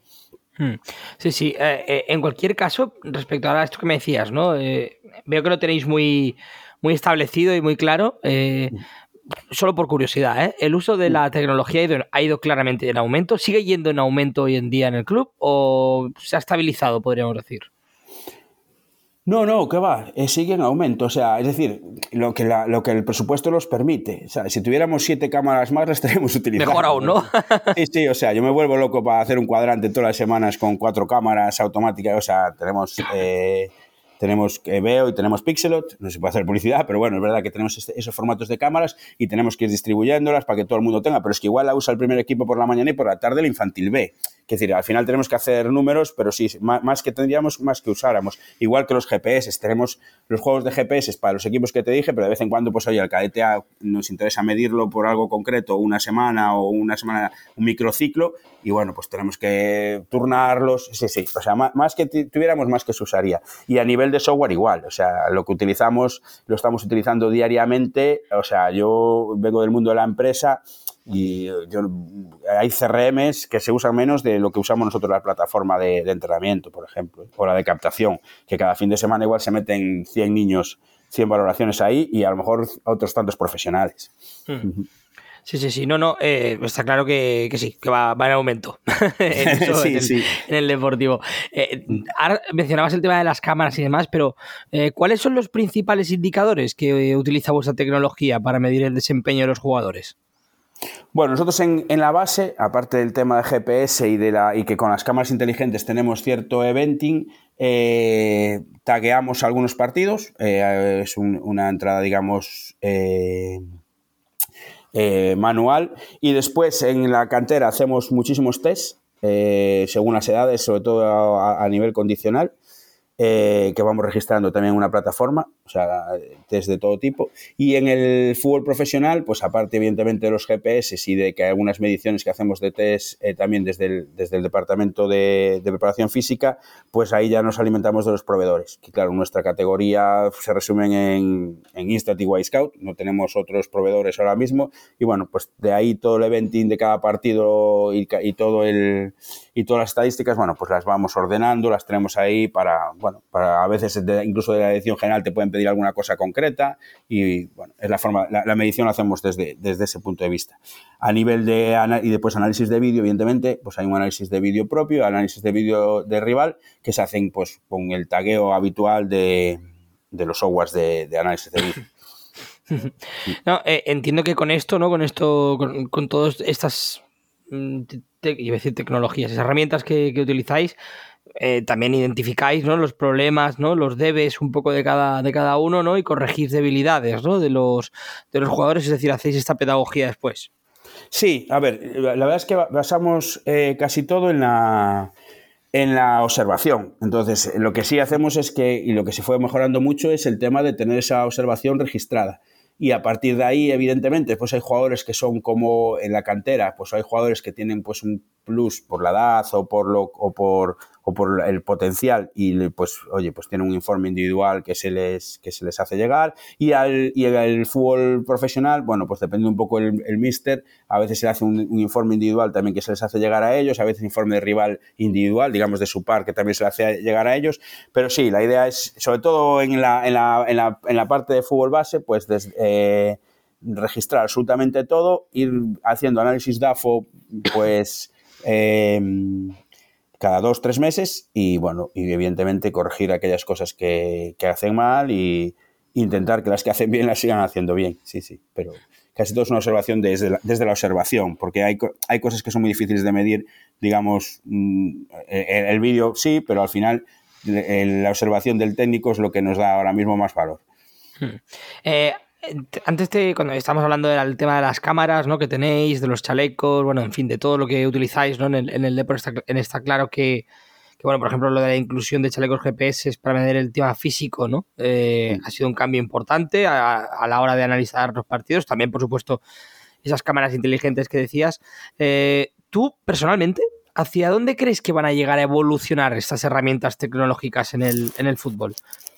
Sí, sí. Eh, eh, en cualquier caso, respecto a esto que me decías, ¿no? Eh, veo que lo tenéis muy, muy establecido y muy claro. Eh, solo por curiosidad, ¿eh? ¿El uso de la tecnología ha ido, ha ido claramente en aumento? ¿Sigue yendo en aumento hoy en día en el club o se ha estabilizado, podríamos decir? No, no, que va, eh, sigue en aumento, o sea, es decir, lo que, la, lo que el presupuesto nos permite. O sea, si tuviéramos siete cámaras más, las estaríamos utilizando. Mejor aún, ¿no? Sí, sí, o sea, yo me vuelvo loco para hacer un cuadrante todas las semanas con cuatro cámaras automáticas, o sea, tenemos... Eh, tenemos Veo y tenemos Pixelot, no se puede hacer publicidad, pero bueno, es verdad que tenemos este, esos formatos de cámaras y tenemos que ir distribuyéndolas para que todo el mundo tenga, pero es que igual la usa el primer equipo por la mañana y por la tarde el infantil B. Es decir, al final tenemos que hacer números, pero sí, más, más que tendríamos, más que usáramos. Igual que los G P S, tenemos los juegos de G P S para los equipos que te dije, pero de vez en cuando, pues oye, al cadete A nos interesa medirlo por algo concreto, una semana o una semana, un microciclo, y bueno, pues tenemos que turnarlos, sí, sí, o sea, más, más que tuviéramos, más que se usaría. Y a nivel de software igual, o sea, lo que utilizamos, lo estamos utilizando diariamente, o sea, yo vengo del mundo de la empresa y yo, hay C R Ms que se usan menos de lo que usamos nosotros la plataforma de, de entrenamiento, por ejemplo, o la de captación, que cada fin de semana igual se meten cien niños, cien valoraciones ahí y a lo mejor otros tantos profesionales. Hmm. Uh-huh. Sí, sí, sí, no, no, eh, está claro que, que sí, que va, va en aumento en, eso, sí, en, el, sí. en el deportivo. Eh, ahora mencionabas el tema de las cámaras y demás, pero eh, ¿cuáles son los principales indicadores que utiliza vuestra tecnología para medir el desempeño de los jugadores? Bueno, nosotros en, en la base, aparte del tema de G P S y, de la, y que con las cámaras inteligentes tenemos cierto eventing, eh, tagueamos algunos partidos, eh, es un, una entrada, digamos... Eh, Eh, manual, y después en la cantera hacemos muchísimos tests eh, según las edades, sobre todo a, a nivel condicional, eh, que vamos registrando también en una plataforma, o sea, test de todo tipo. Y en el fútbol profesional, pues aparte evidentemente de los G P S y de que hay algunas mediciones que hacemos de test eh, también desde el, desde el departamento de, de preparación física, pues ahí ya nos alimentamos de los proveedores, que claro, nuestra categoría se resumen en, en Instat y Wisecout, no tenemos otros proveedores ahora mismo, y bueno, pues de ahí todo el eventing de cada partido y, y todo el... y todas las estadísticas, bueno, pues las vamos ordenando, las tenemos ahí para, bueno, para a veces de, incluso de la dirección general te pueden pedir alguna cosa concreta y, bueno, es la forma, la, la medición la hacemos desde, desde ese punto de vista. A nivel de, y después análisis de vídeo, evidentemente, pues hay un análisis de vídeo propio, análisis de vídeo de rival, que se hacen pues con el tagueo habitual de, de los softwares de, de análisis de vídeo. No, eh, entiendo que con esto, ¿no? Con esto, con, con todas estas te, iba a decir tecnologías, esas herramientas que, que utilizáis, eh, también identificáis, ¿no? Los problemas, ¿no? Los debes un poco de cada, de cada uno, ¿no? Y corregís debilidades, ¿no? De los, de los jugadores, es decir, hacéis esta pedagogía después. Sí, a ver, la verdad es que basamos eh, casi todo en la, en la observación. Entonces, lo que sí hacemos es que, y lo que se fue mejorando mucho, es el tema de tener esa observación registrada. Y a partir de ahí, evidentemente, pues hay jugadores que son como en la cantera, pues hay jugadores que tienen pues un plus por la edad o por lo o por o por el potencial y pues oye, pues tienen un informe individual que se les que se les hace llegar y al y el fútbol profesional, bueno, pues depende un poco el, el míster, a veces se hace un, un informe individual también que se les hace llegar a ellos, a veces informe de rival individual, digamos de su par que también se le hace llegar a ellos, pero sí, la idea es sobre todo en la en la en la, en la parte de fútbol base, pues desde eh, registrar absolutamente todo, ir haciendo análisis D A F O pues eh, cada dos, tres meses y bueno, y evidentemente corregir aquellas cosas que, que hacen mal y intentar que las que hacen bien las sigan haciendo bien, sí, sí, pero casi todo es una observación desde la, desde la observación, porque hay, hay cosas que son muy difíciles de medir, digamos, el, el vídeo sí, pero al final la observación del técnico es lo que nos da ahora mismo más valor. Hmm. Eh... Antes de, cuando estamos hablando del tema de las cámaras, ¿no? Que tenéis, de los chalecos, bueno, en fin, de todo lo que utilizáis, ¿no? En el, en el Depor está, en está claro que, que, bueno, por ejemplo, lo de la inclusión de chalecos G P S para medir el tema físico, ¿no? Eh, ha sido un cambio importante a, a la hora de analizar los partidos. También, por supuesto, esas cámaras inteligentes que decías. Eh, tú, personalmente, ¿hacia dónde crees que van a llegar a evolucionar estas herramientas tecnológicas en el, en el fútbol?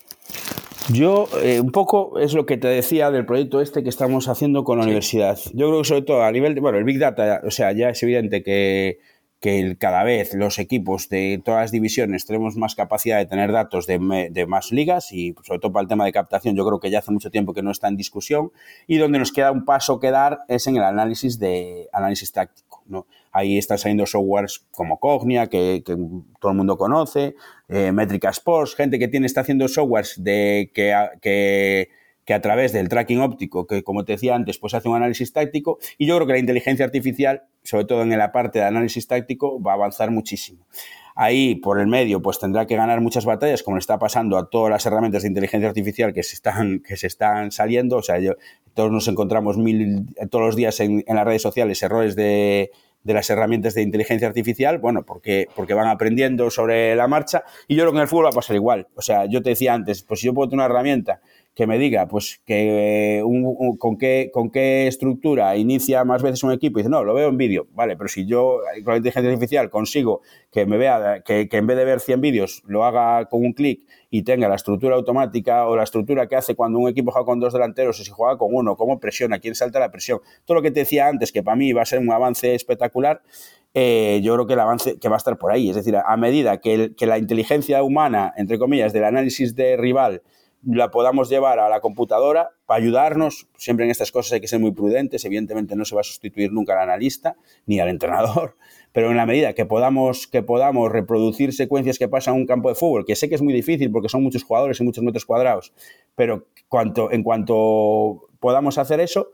Yo, eh, un poco es lo que te decía del proyecto este que estamos haciendo con la sí. universidad. Yo creo que sobre todo a nivel de, bueno, el Big Data, o sea, ya es evidente que, que cada vez los equipos de todas las divisiones tenemos más capacidad de tener datos de, de más ligas y sobre todo para el tema de captación yo creo que ya hace mucho tiempo que no está en discusión y donde nos queda un paso que dar es en el análisis de análisis táctico, ¿no? Ahí están saliendo softwares como Cognia, que, que todo el mundo conoce, eh, Métrica Sports, gente que tiene está haciendo softwares de que, que, que a través del tracking óptico, que como te decía antes, pues hace un análisis táctico y yo creo que la inteligencia artificial, sobre todo en la parte de análisis táctico, va a avanzar muchísimo. Ahí, por el medio, pues tendrá que ganar muchas batallas, como le está pasando a todas las herramientas de inteligencia artificial que se están, que se están saliendo. O sea, yo, todos nos encontramos mil, todos los días en, en las redes sociales errores de... de las herramientas de inteligencia artificial, bueno, porque, porque van aprendiendo sobre la marcha y yo creo que en el fútbol va a pasar igual. O sea, yo te decía antes, pues si yo puedo tener una herramienta que me diga, pues, que un, un, con, qué, con qué estructura inicia más veces un equipo y dice, no, lo veo en vídeo, vale, pero si yo con la inteligencia artificial consigo que me vea, que, que en vez de ver cien vídeos lo haga con un clic y tenga la estructura automática o la estructura que hace cuando un equipo juega con dos delanteros o si juega con uno, cómo presiona, quién salta la presión, todo lo que te decía antes, que para mí va a ser un avance espectacular, eh, yo creo que el avance que va a estar por ahí, es decir, a, a medida que, el, que la inteligencia humana, entre comillas, del análisis de rival la podamos llevar a la computadora para ayudarnos, siempre en estas cosas hay que ser muy prudentes, evidentemente no se va a sustituir nunca al analista ni al entrenador, pero en la medida que podamos, que podamos reproducir secuencias que pasan en un campo de fútbol, que sé que es muy difícil porque son muchos jugadores y muchos metros cuadrados, pero cuanto, en cuanto podamos hacer eso,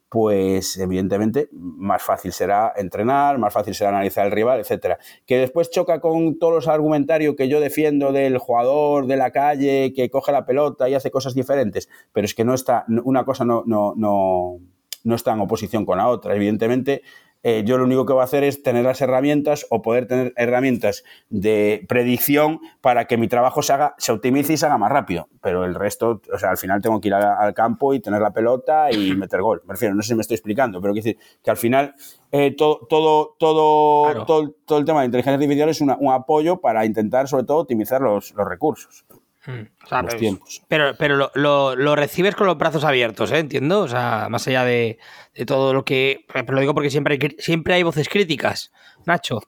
pues evidentemente más fácil será entrenar, más fácil será analizar el rival, etcétera. Que después choca con todos los argumentarios que yo defiendo del jugador de la calle que coge la pelota y hace cosas diferentes, pero es que no está, una cosa no, no, no, no está en oposición con la otra. Evidentemente, eh, yo lo único que voy a hacer es tener las herramientas o poder tener herramientas de predicción para que mi trabajo se haga, se optimice y se haga más rápido. Pero el resto, o sea, al final tengo que ir a, al campo y tener la pelota y meter gol. Me refiero, no sé si me estoy explicando, pero quiero decir que al final eh, todo, todo, todo, claro. todo, todo el tema de inteligencia artificial es una, un apoyo para intentar, sobre todo, optimizar los, los recursos. Hmm. O sea, los pero, tiempos. Pero, pero lo, lo, lo recibes con los brazos abiertos, ¿eh? Entiendo. O sea, más allá de, de todo lo que. Pero lo digo porque siempre hay, siempre hay voces críticas, Nacho.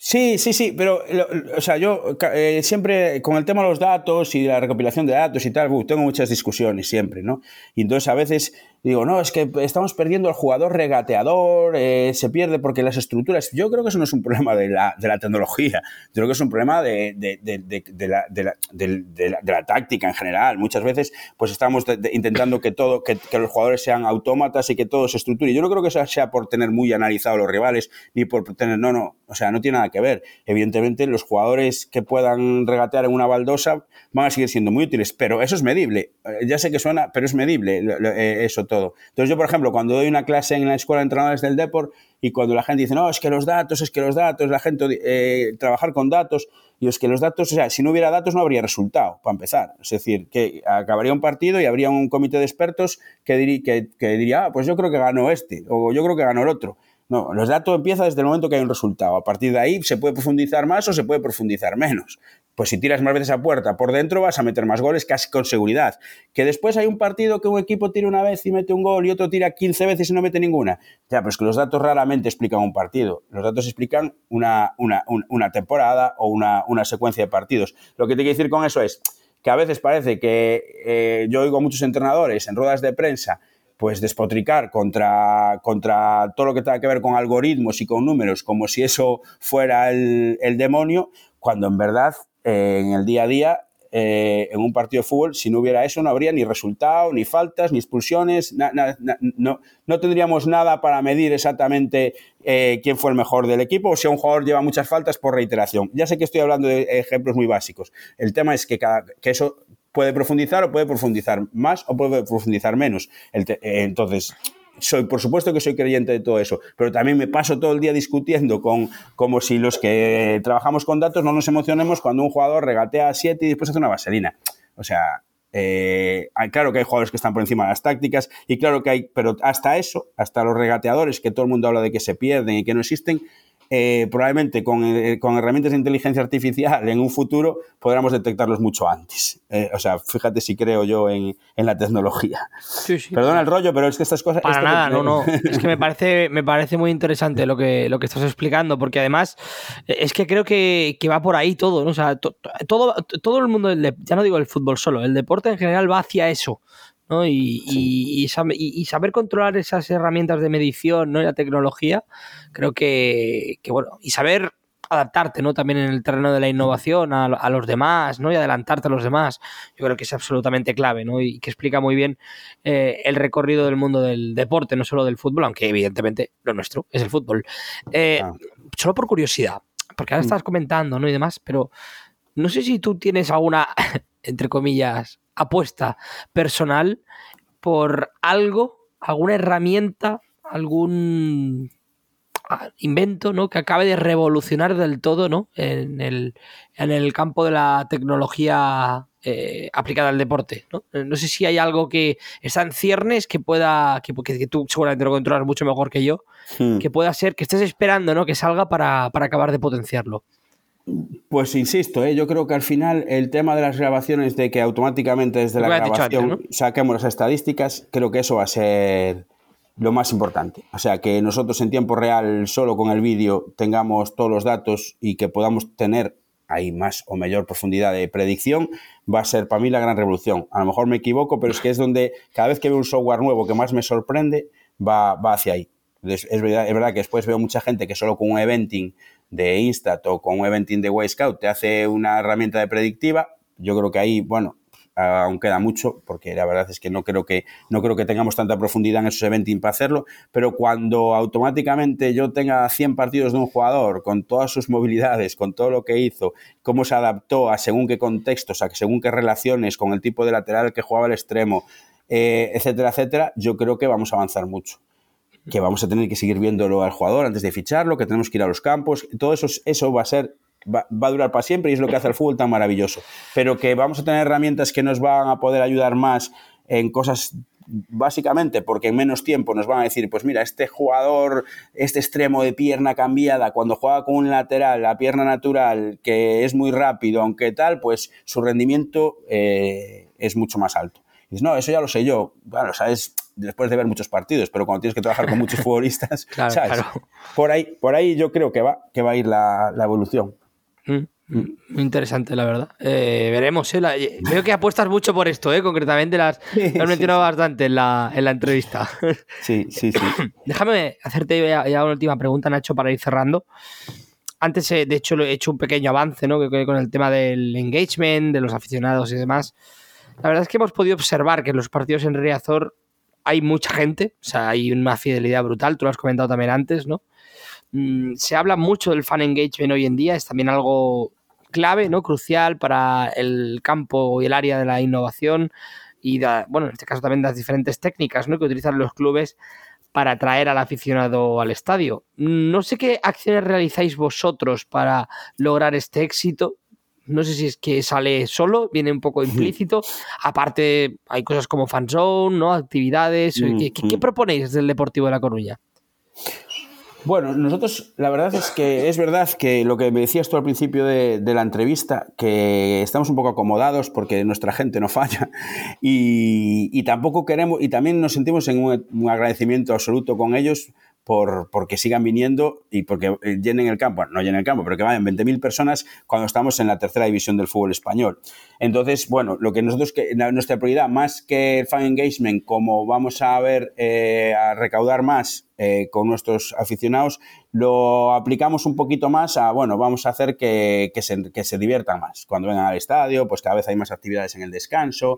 Sí, sí, sí, pero, o sea, yo eh, siempre con el tema de los datos y la recopilación de datos y tal, uh, tengo muchas discusiones siempre, ¿no? Y entonces a veces digo, no, es que estamos perdiendo al jugador regateador, eh, se pierde porque las estructuras... Yo creo que eso no es un problema de la, de la tecnología, yo creo que es un problema de, de, de, de, de, la, de, la, de, de, la, de la táctica en general. Muchas veces pues estamos de, de, intentando que, todo, que, que los jugadores sean autómatas y que todo se estructure. Yo no creo que eso sea por tener muy analizado los rivales, ni por tener... No, no, o sea, no tiene nada que ver. Evidentemente, los jugadores que puedan regatear en una baldosa van a seguir siendo muy útiles, pero eso es medible. Eh, ya sé que suena, pero es medible eh, eso todo. Entonces, yo, por ejemplo, cuando doy una clase en la Escuela de Entrenadores del Depor y cuando la gente dice, no, es que los datos, es que los datos, la gente, eh, trabajar con datos, y es que los datos, o sea, si no hubiera datos no habría resultado, para empezar. Es decir, que acabaría un partido y habría un comité de expertos que, diri, que, que diría, ah, pues yo creo que ganó este, o yo creo que ganó el otro. No, los datos empiezan desde el momento que hay un resultado. A partir de ahí se puede profundizar más o se puede profundizar menos. Pues si tiras más veces a puerta por dentro vas a meter más goles casi con seguridad. Que después hay un partido que un equipo tira una vez y mete un gol y otro tira quince veces y no mete ninguna. Ya, pero es que los datos raramente explican un partido. Los datos explican una, una, una temporada o una, una secuencia de partidos. Lo que te quiero decir con eso es que a veces parece que eh, yo oigo a muchos entrenadores en ruedas de prensa pues despotricar contra, contra todo lo que tenga que ver con algoritmos y con números, como si eso fuera el, el demonio, cuando en verdad eh, en el día a día, eh, en un partido de fútbol, si no hubiera eso, no habría ni resultado, ni faltas, ni expulsiones, na, na, na, no, no tendríamos nada para medir exactamente eh, quién fue el mejor del equipo o si un jugador lleva muchas faltas por reiteración. Ya sé que estoy hablando de ejemplos muy básicos. El tema es que, cada, que eso... puede profundizar o puede profundizar más o puede profundizar menos. El te, eh, entonces, soy, por supuesto que soy creyente de todo eso, pero también me paso todo el día discutiendo con, como si los que trabajamos con datos no nos emocionemos cuando un jugador regatea a siete y después hace una vaselina. O sea, eh, claro que hay jugadores que están por encima de las tácticas y claro que hay, pero hasta eso, hasta los regateadores que todo el mundo habla de que se pierden y que no existen, Eh, probablemente con, eh, con herramientas de inteligencia artificial en un futuro podremos detectarlos mucho antes. Eh, o sea, fíjate si creo yo en, en la tecnología. Sí, sí. Perdona el rollo, pero es que estas cosas... Para esto nada, que... no, no. Es que me parece, me parece muy interesante lo que, lo que estás explicando, porque además es que creo que, que va por ahí todo, ¿no? O sea, to, todo, todo el mundo, del, ya no digo el fútbol solo, el deporte en general va hacia eso, ¿no? Y, sí. y, y, saber, y, y saber controlar esas herramientas de medición, ¿no? Y la tecnología, creo que, que bueno, y saber adaptarte, ¿no? También en el terreno de la innovación a, a los demás, ¿no? Y adelantarte a los demás, yo creo que es absolutamente clave, ¿no? Y que explica muy bien eh, el recorrido del mundo del deporte, no solo del fútbol, aunque evidentemente lo nuestro es el fútbol. Eh, ah. Solo por curiosidad, porque ahora mm. estás comentando, ¿no? Y demás, pero no sé si tú tienes alguna, entre comillas, apuesta personal por algo, alguna herramienta, algún invento, ¿no? Que acabe de revolucionar del todo, ¿no? En el, en el campo de la tecnología eh, aplicada al deporte, ¿no? No sé si hay algo que está en ciernes que pueda, que, que, que tú seguramente lo controlas mucho mejor que yo, hmm. que pueda ser, que estés esperando, ¿no? Que salga para, para acabar de potenciarlo. Pues insisto, ¿eh? Yo creo que al final el tema de las grabaciones, de que automáticamente desde la grabación antes, ¿no? saquemos las estadísticas, creo que eso va a ser lo más importante. O sea, que nosotros en tiempo real, solo con el vídeo, tengamos todos los datos y que podamos tener ahí más o mayor profundidad de predicción, va a ser para mí la gran revolución. A lo mejor me equivoco, pero es que es donde cada vez que veo un software nuevo que más me sorprende, va, va hacia ahí. Es, es, verdad, es verdad que después veo mucha gente que solo con un eventing de Instat o con un eventing de Wisecout te hace una herramienta de predictiva. Yo creo que ahí, bueno, aún queda mucho, porque la verdad es que no creo que no creo que tengamos tanta profundidad en esos eventing para hacerlo, pero cuando automáticamente yo tenga cien partidos de un jugador con todas sus movilidades, con todo lo que hizo, cómo se adaptó a según qué contextos, a según qué relaciones, con el tipo de lateral que jugaba al extremo, eh, etcétera, etcétera, yo creo que vamos a avanzar mucho. Que vamos a tener que seguir viéndolo al jugador antes de ficharlo, que tenemos que ir a los campos, todo eso, eso va a ser, va, va a durar para siempre y es lo que hace el fútbol tan maravilloso. Pero que vamos a tener herramientas que nos van a poder ayudar más en cosas, básicamente porque en menos tiempo nos van a decir, pues mira, este jugador, este extremo de pierna cambiada, cuando juega con un lateral, la pierna natural, que es muy rápido, aunque tal, pues su rendimiento eh, es mucho más alto. Y dices, no, eso ya lo sé yo. Bueno, sabes... después de ver muchos partidos, pero cuando tienes que trabajar con muchos futbolistas, claro, ¿sabes? Claro. Por ahí, por ahí yo creo que va, que va a ir la, la evolución. Mm. Muy interesante, la verdad. Eh, veremos, ¿eh? La, veo que apuestas mucho por esto, ¿eh? Concretamente las, Sí, las has mencionado sí, bastante en la, en la entrevista. Sí, sí, sí. Déjame hacerte ya, ya una última pregunta, Nacho, para ir cerrando. Antes, eh, de hecho, lo he hecho un pequeño avance, ¿no? Que, que con el tema del engagement, de los aficionados y demás. La verdad es que hemos podido observar que en los partidos en Riazor hay mucha gente, o sea, hay una fidelidad brutal, tú lo has comentado también antes, ¿no? Mm, se habla mucho del fan engagement hoy en día, es también algo clave, ¿no? Crucial para el campo y el área de la innovación y, de, bueno, en este caso también de las diferentes técnicas, ¿no? Que utilizan los clubes para atraer al aficionado al estadio. No sé qué acciones realizáis vosotros para lograr este éxito. No sé si es que sale solo, viene un poco implícito. Aparte, hay cosas como fanzone, ¿no? Actividades. ¿Qué, qué, qué proponéis desde el Deportivo de La Coruña? Bueno, nosotros, la verdad es que es verdad que lo que me decías tú al principio de, de la entrevista, que estamos un poco acomodados porque nuestra gente no falla y, y tampoco queremos, y también nos sentimos en un, un agradecimiento absoluto con ellos por porque sigan viniendo y porque llenen el campo, bueno, no llenen el campo, pero que vayan veinte mil personas cuando estamos en la tercera división del fútbol español. Entonces, bueno, lo que nosotros, que nuestra prioridad, más que el fan engagement, como vamos a ver, eh, a recaudar más eh, con nuestros aficionados, lo aplicamos un poquito más a, bueno, vamos a hacer que, que, se, que se diviertan más. Cuando vengan al estadio, pues cada vez hay más actividades en el descanso.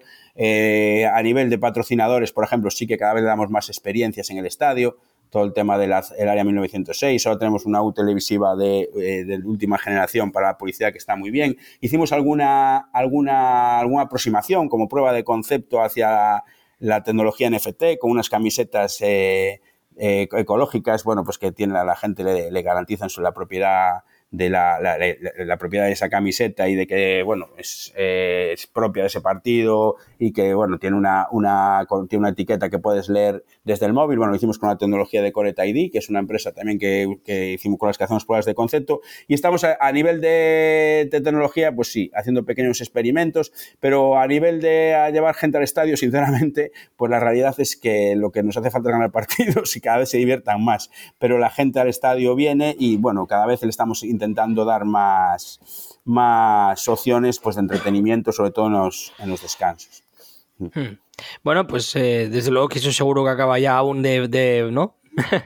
Eh, a nivel de patrocinadores, por ejemplo, sí que cada vez damos más experiencias en el estadio. Todo el tema del área mil novecientos seis, ahora tenemos una U televisiva de, eh, de última generación para la publicidad que está muy bien. Hicimos alguna, alguna, alguna aproximación como prueba de concepto hacia la tecnología N F T con unas camisetas eh, eh, ecológicas, bueno, pues que tiene a la gente le, le garantizan la propiedad de la, la, la, la propiedad de esa camiseta y de que, bueno, es, eh, es propia de ese partido y que, bueno, tiene una, una, tiene una etiqueta que puedes leer desde el móvil. Bueno, lo hicimos con la tecnología de Coret I D, que es una empresa también que, que hicimos con las que hacemos pruebas de concepto. Y estamos a, a nivel de, de tecnología, pues sí, haciendo pequeños experimentos, pero a nivel de a llevar gente al estadio, sinceramente, pues la realidad es que lo que nos hace falta es ganar partidos y cada vez se diviertan más. Pero la gente al estadio viene y, bueno, cada vez le estamos intentando intentando dar más, más opciones pues, de entretenimiento, sobre todo en los, en los descansos. Hmm. Bueno, pues eh, desde luego que eso seguro que acaba ya aún de, de, ¿no?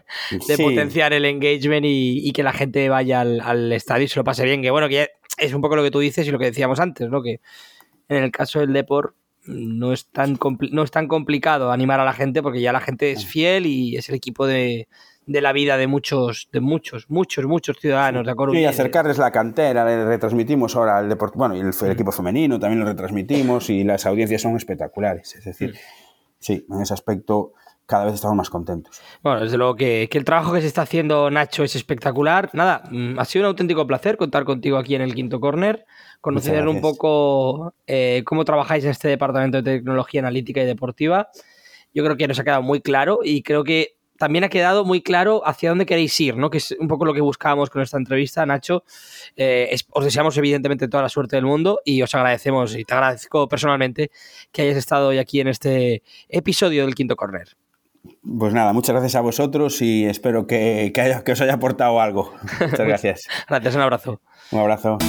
de sí. potenciar el engagement y, y que la gente vaya al, al estadio y se lo pase bien, que bueno, que es un poco lo que tú dices y lo que decíamos antes, ¿no? Que en el caso del Depor no es tan compli- no es tan complicado animar a la gente porque ya la gente es fiel y es el equipo de de la vida de muchos, de muchos, muchos, muchos ciudadanos de Coruña. Sí, acercarles la cantera, le retransmitimos ahora el deporte, bueno, y el, el equipo femenino también lo retransmitimos y las audiencias son espectaculares, es decir, sí, en ese aspecto cada vez estamos más contentos. Bueno, desde luego que, que el trabajo que se está haciendo, Nacho, es espectacular. Nada, ha sido un auténtico placer contar contigo aquí en el Quinto Corner, conocer un poco eh, cómo trabajáis en este departamento de tecnología analítica y deportiva. Yo creo que nos ha quedado muy claro y creo que también ha quedado muy claro hacia dónde queréis ir, ¿no? Que es un poco lo que buscábamos con esta entrevista, Nacho. Eh, es, os deseamos evidentemente toda la suerte del mundo y os agradecemos y te agradezco personalmente que hayas estado hoy aquí en este episodio del Quinto Corner. Pues nada, muchas gracias a vosotros y espero que, que, haya, que os haya aportado algo. Muchas gracias. Gracias, un abrazo. Un abrazo.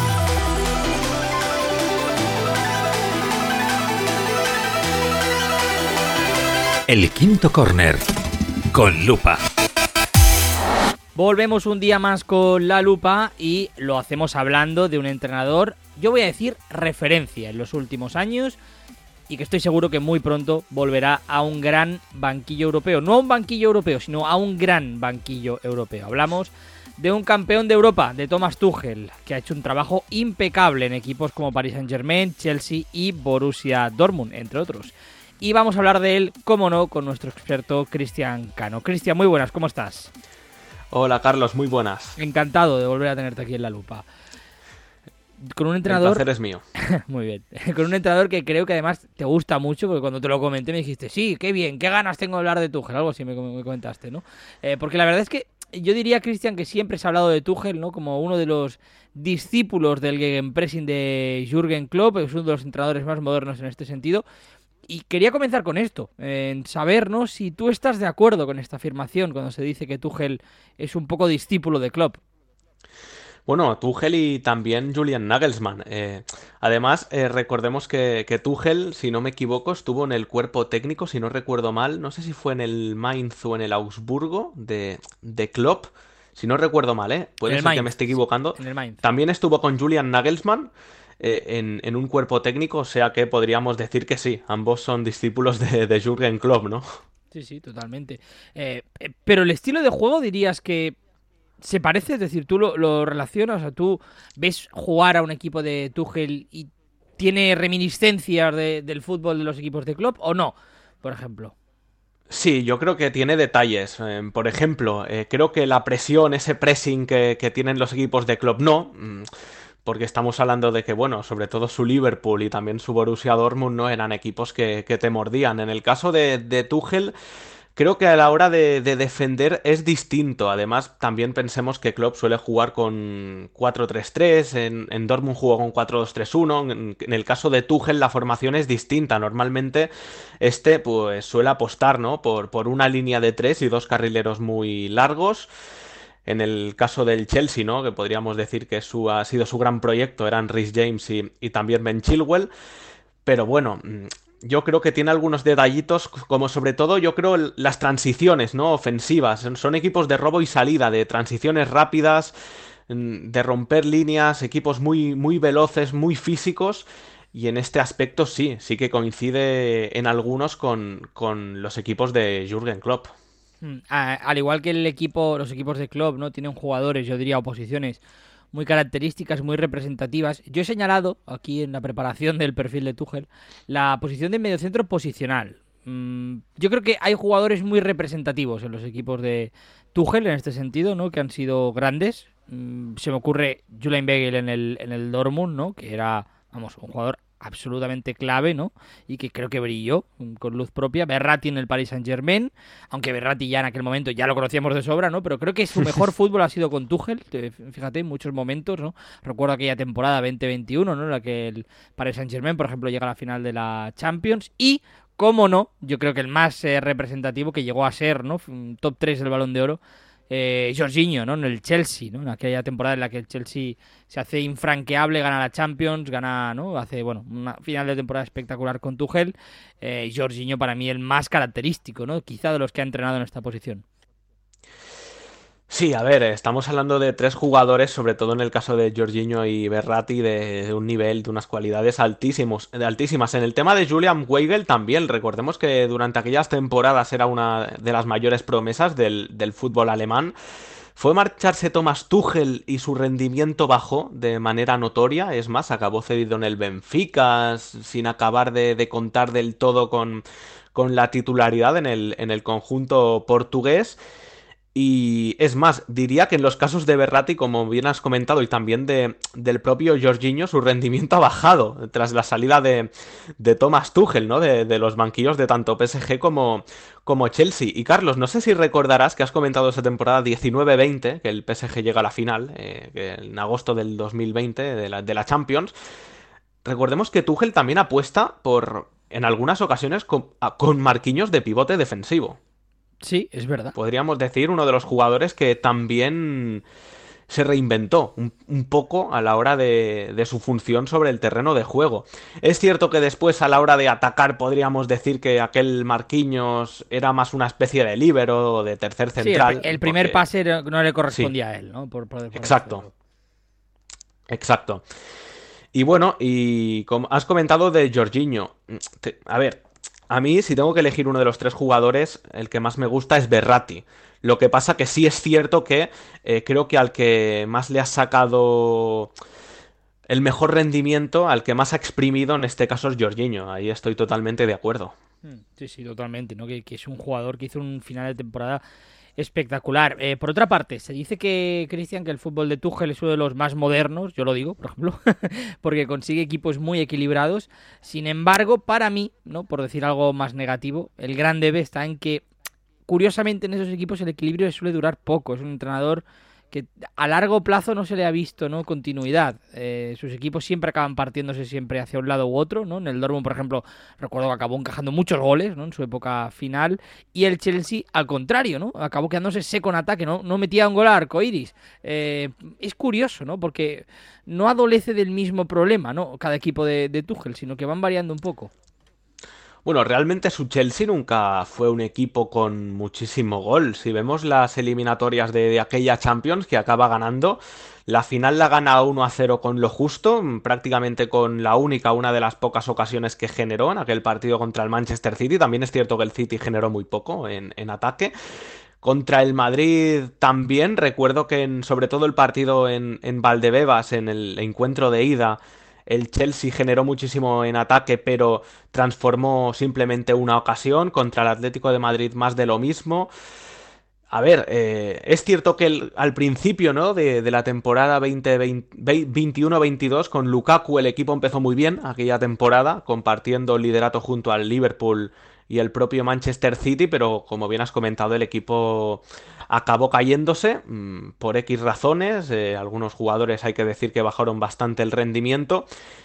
El Quinto Corner con Lupa. Volvemos un día más con La Lupa y lo hacemos hablando de un entrenador, yo voy a decir referencia en los últimos años y que estoy seguro que muy pronto volverá a un gran banquillo europeo. No a un banquillo europeo, sino a un gran banquillo europeo. Hablamos de un campeón de Europa, de Thomas Tuchel, que ha hecho un trabajo impecable en equipos como Paris Saint-Germain, Chelsea y Borussia Dortmund, entre otros. Y vamos a hablar de él, cómo no, con nuestro experto Cristian Cano. Cristian, muy buenas, ¿cómo estás? Hola, Carlos, muy buenas. Encantado de volver a tenerte aquí en La Lupa. Con un entrenador... El placer es mío. Muy bien. Con un entrenador que creo que además te gusta mucho, porque cuando te lo comenté me dijiste, sí, qué bien, qué ganas tengo de hablar de Tuchel, algo así me, me comentaste, ¿no? Eh, porque la verdad es que yo diría, Cristian, que siempre se ha hablado de Tuchel, ¿no? Como uno de los discípulos del Gegenpressing de Jürgen Klopp, es uno de los entrenadores más modernos en este sentido. y quería comenzar con esto, en saber, ¿no?, si tú estás de acuerdo con esta afirmación cuando se dice que Tuchel es un poco discípulo de Klopp. Bueno, Tuchel y también Julian Nagelsmann. Eh, además, eh, recordemos que, que Tuchel, si no me equivoco, estuvo en el cuerpo técnico, si no recuerdo mal, no sé si fue en el Mainz o en el Augsburgo de, de Klopp, si no recuerdo mal, ¿eh? Puede ser Mainz, que me esté equivocando. En el Mainz. También estuvo con Julian Nagelsmann eh, en, en un cuerpo técnico, o sea que podríamos decir que sí, ambos son discípulos de, de Jürgen Klopp, ¿no? Sí, sí, totalmente. Eh, eh, pero el estilo de juego dirías que se parece, es decir, tú lo, lo relacionas, o sea, tú ves jugar a un equipo de Tuchel y tiene reminiscencias de, del fútbol de los equipos de Klopp, ¿o no? Por ejemplo. Sí, yo creo que tiene detalles. Eh, por ejemplo, eh, creo que la presión, ese pressing que, que tienen los equipos de Klopp, no. mm, Porque estamos hablando de que, bueno, sobre todo su Liverpool y también su Borussia Dortmund no eran equipos que, que te mordían. En el caso de, de Tuchel, creo que a la hora de, de defender es distinto. Además, también pensemos que Klopp suele jugar con cuatro tres tres, en, en Dortmund jugó con cuatro dos tres uno. En, en el caso de Tuchel la formación es distinta. Normalmente este pues suele apostar, ¿no?, por, por una línea de tres y dos carrileros muy largos. En el caso del Chelsea, ¿no?, que podríamos decir que su, ha sido su gran proyecto, eran Reece James y, y también Ben Chilwell. Pero bueno, yo creo que tiene algunos detallitos, como sobre todo yo creo las transiciones, ¿no?, ofensivas. Son, son equipos de robo y salida, de transiciones rápidas, de romper líneas, equipos muy, muy veloces, muy físicos. Y en este aspecto sí, sí que coincide en algunos con, con los equipos de Jürgen Klopp. Mm, a- Al igual que el equipo, los equipos de Klopp, ¿no?, tienen jugadores, yo diría, o posiciones muy características, muy representativas. Yo he señalado aquí en la preparación del perfil de Tuchel la posición de mediocentro posicional. Mm, yo creo que hay jugadores muy representativos en los equipos de Tuchel en este sentido, ¿no?, que han sido grandes. Mm, se me ocurre Julian Weigl en el, en el Dortmund, ¿no?, que era, vamos, un jugador absolutamente clave, ¿no?, y que creo que brilló mm, con luz propia. Verratti en el Paris Saint-Germain, aunque Verratti ya en aquel momento ya lo conocíamos de sobra, ¿no?, pero creo que su mejor fútbol ha sido con Tuchel, te- fíjate, en muchos momentos, ¿no? Recuerdo aquella temporada veinte veintiuno, ¿no?, en la que el Paris Saint-Germain, por ejemplo, llega a la final de la Champions y, cómo no, yo creo que el más eh, representativo que llegó a ser, ¿no?, un top tres del Balón de Oro, eh, Jorginho, ¿no?, en el Chelsea, ¿no?, en aquella temporada en la que el Chelsea se hace infranqueable, gana la Champions, gana, ¿no?, hace, bueno, una final de temporada espectacular con Tuchel. Eh, Jorginho para mí el más característico, ¿no?, quizá de los que ha entrenado en esta posición. Sí, a ver, estamos hablando de tres jugadores, sobre todo en el caso de Jorginho y Verratti, de, de un nivel, de unas cualidades altísimos, de altísimas. En el tema de Julian Weigl también, recordemos que durante aquellas temporadas era una de las mayores promesas del, del fútbol alemán. Fue marcharse Thomas Tuchel y su rendimiento bajó de manera notoria, es más, acabó cedido en el Benfica, sin acabar de, de contar del todo con, con la titularidad en el, en el conjunto portugués. Y es más, diría que en los casos de Verratti, como bien has comentado, y también de, del propio Jorginho, su rendimiento ha bajado tras la salida de, de Thomas Tuchel, ¿no? De, de los banquillos de tanto P S G como, como Chelsea. Y Carlos, no sé si recordarás que has comentado esa temporada diecinueve veinte, que el P S G llega a la final, eh, que en agosto del dos mil veinte de la, de la Champions. Recordemos que Tuchel también apuesta por, en algunas ocasiones, con, con Marquinhos de pivote defensivo. Sí, es verdad. Podríamos decir uno de los jugadores que también se reinventó un, un poco a la hora de, de su función sobre el terreno de juego. Es cierto que después a la hora de atacar podríamos decir que aquel Marquinhos era más una especie de líbero o de tercer central. Sí, el, el primer porque... pase no le correspondía sí. a él, ¿no? Por, por, por Exacto. decirlo. Exacto. Y bueno, y como has comentado de Jorginho, te, a ver, a mí si tengo que elegir uno de los tres jugadores, el que más me gusta es Verratti. Lo que pasa que sí es cierto que eh, creo que al que más le ha sacado el mejor rendimiento, al que más ha exprimido en este caso es Jorginho. Ahí estoy totalmente de acuerdo. Sí, sí, totalmente, ¿no? Que, que es un jugador que hizo un final de temporada espectacular. Eh, por otra parte, se dice que, Cristian, que el fútbol de Tuchel es uno de los más modernos, yo lo digo, por ejemplo, porque consigue equipos muy equilibrados. Sin embargo, para mí, ¿no?, por decir algo más negativo, el gran debe está en que, curiosamente, en esos equipos el equilibrio le suele durar poco. Es un entrenador que a largo plazo no se le ha visto, ¿no?, continuidad. Eh, sus equipos siempre acaban partiéndose siempre hacia un lado u otro, ¿no? En el Dortmund, por ejemplo, recuerdo que acabó encajando muchos goles, ¿no?, en su época final, y el Chelsea, al contrario, ¿no?, acabó quedándose seco en ataque, ¿no? No metía un gol a arcoiris. Eh, es curioso, ¿no?, porque no adolece del mismo problema, ¿no?, cada equipo de, de Tuchel, sino que van variando un poco. Bueno, realmente su Chelsea nunca fue un equipo con muchísimo gol. Si vemos las eliminatorias de, de aquella Champions que acaba ganando, la final la gana uno a cero con lo justo, prácticamente con la única, una de las pocas ocasiones que generó en aquel partido contra el Manchester City. También es cierto que el City generó muy poco en, en ataque. Contra el Madrid también, recuerdo que en, sobre todo el partido en, en Valdebebas, en el encuentro de ida, el Chelsea generó muchísimo en ataque, pero transformó simplemente una ocasión. Contra el Atlético de Madrid más de lo mismo. A ver, eh, es cierto que el, al principio, ¿no?, de, de la temporada veinte veintiuno veintidós, con Lukaku el equipo empezó muy bien aquella temporada, compartiendo el liderato junto al Liverpool y el propio Manchester City, pero como bien has comentado, el equipo acabó cayéndose mmm, por X razones. Eh, algunos jugadores hay que decir que bajaron bastante el rendimiento.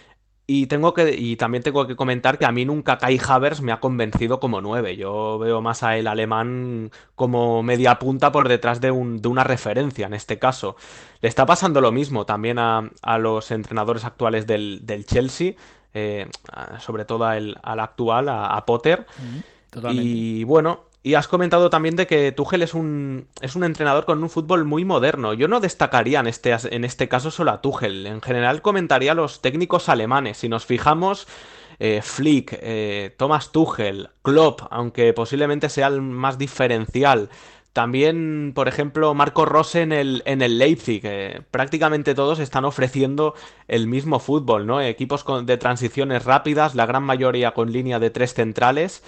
Y tengo que y también tengo que comentar que a mí nunca Kai Havertz me ha convencido como nueve. Yo veo más a el alemán como media punta por detrás de, un, de una referencia en este caso. Le está pasando lo mismo también a, a los entrenadores actuales del, del Chelsea, eh, sobre todo al, al actual, a, a Potter. Mm, totalmente. Y bueno... Y has comentado también de que Tuchel es un, es un entrenador con un fútbol muy moderno. Yo no destacaría en este, en este caso solo a Tuchel. En general comentaría a los técnicos alemanes. Si nos fijamos, eh, Flick, eh, Thomas Tuchel, Klopp, aunque posiblemente sea el más diferencial. También, por ejemplo, Marco Rose en el, en el Leipzig. Eh, prácticamente todos están ofreciendo el mismo fútbol, ¿no? Equipos con, de transiciones rápidas, la gran mayoría con línea de tres centrales.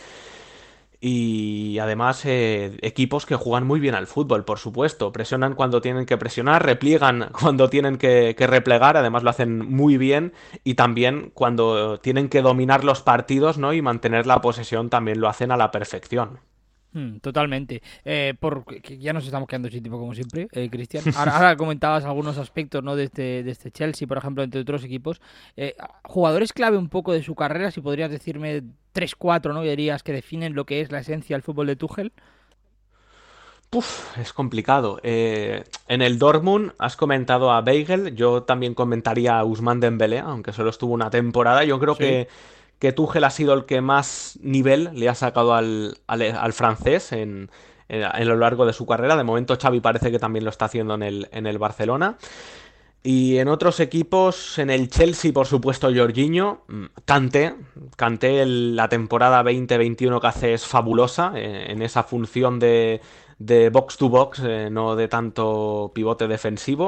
Y además eh, equipos que juegan muy bien al fútbol, por supuesto. Presionan cuando tienen que presionar, repliegan cuando tienen que, que replegar, además lo hacen muy bien. Y también cuando tienen que dominar los partidos, ¿no?, y mantener la posesión, también lo hacen a la perfección. Mm, totalmente. Eh, porque ya nos estamos quedando sin tiempo como siempre, eh, Cristian. Ahora, ahora comentabas algunos aspectos, ¿no?, de este, de este Chelsea, por ejemplo, entre otros equipos. Eh, jugadores clave un poco de su carrera, si podrías decirme tres cuatro, ¿no?, dirías que definen lo que es la esencia del fútbol de Tuchel. Uf, es complicado. Eh, en el Dortmund has comentado a Weigl, yo también comentaría a Ousmane Dembélé, aunque solo estuvo una temporada. Yo creo sí. que que Tuchel ha sido el que más nivel le ha sacado al, al, al francés en, en, en lo largo de su carrera. De momento Xavi parece que también lo está haciendo en el, en el Barcelona. Y en otros equipos, en el Chelsea, por supuesto, Jorginho, Kanté, Kanté el, la temporada veinte veintiuno que hace es fabulosa, eh, en esa función de, de box to box, eh, no de tanto pivote defensivo.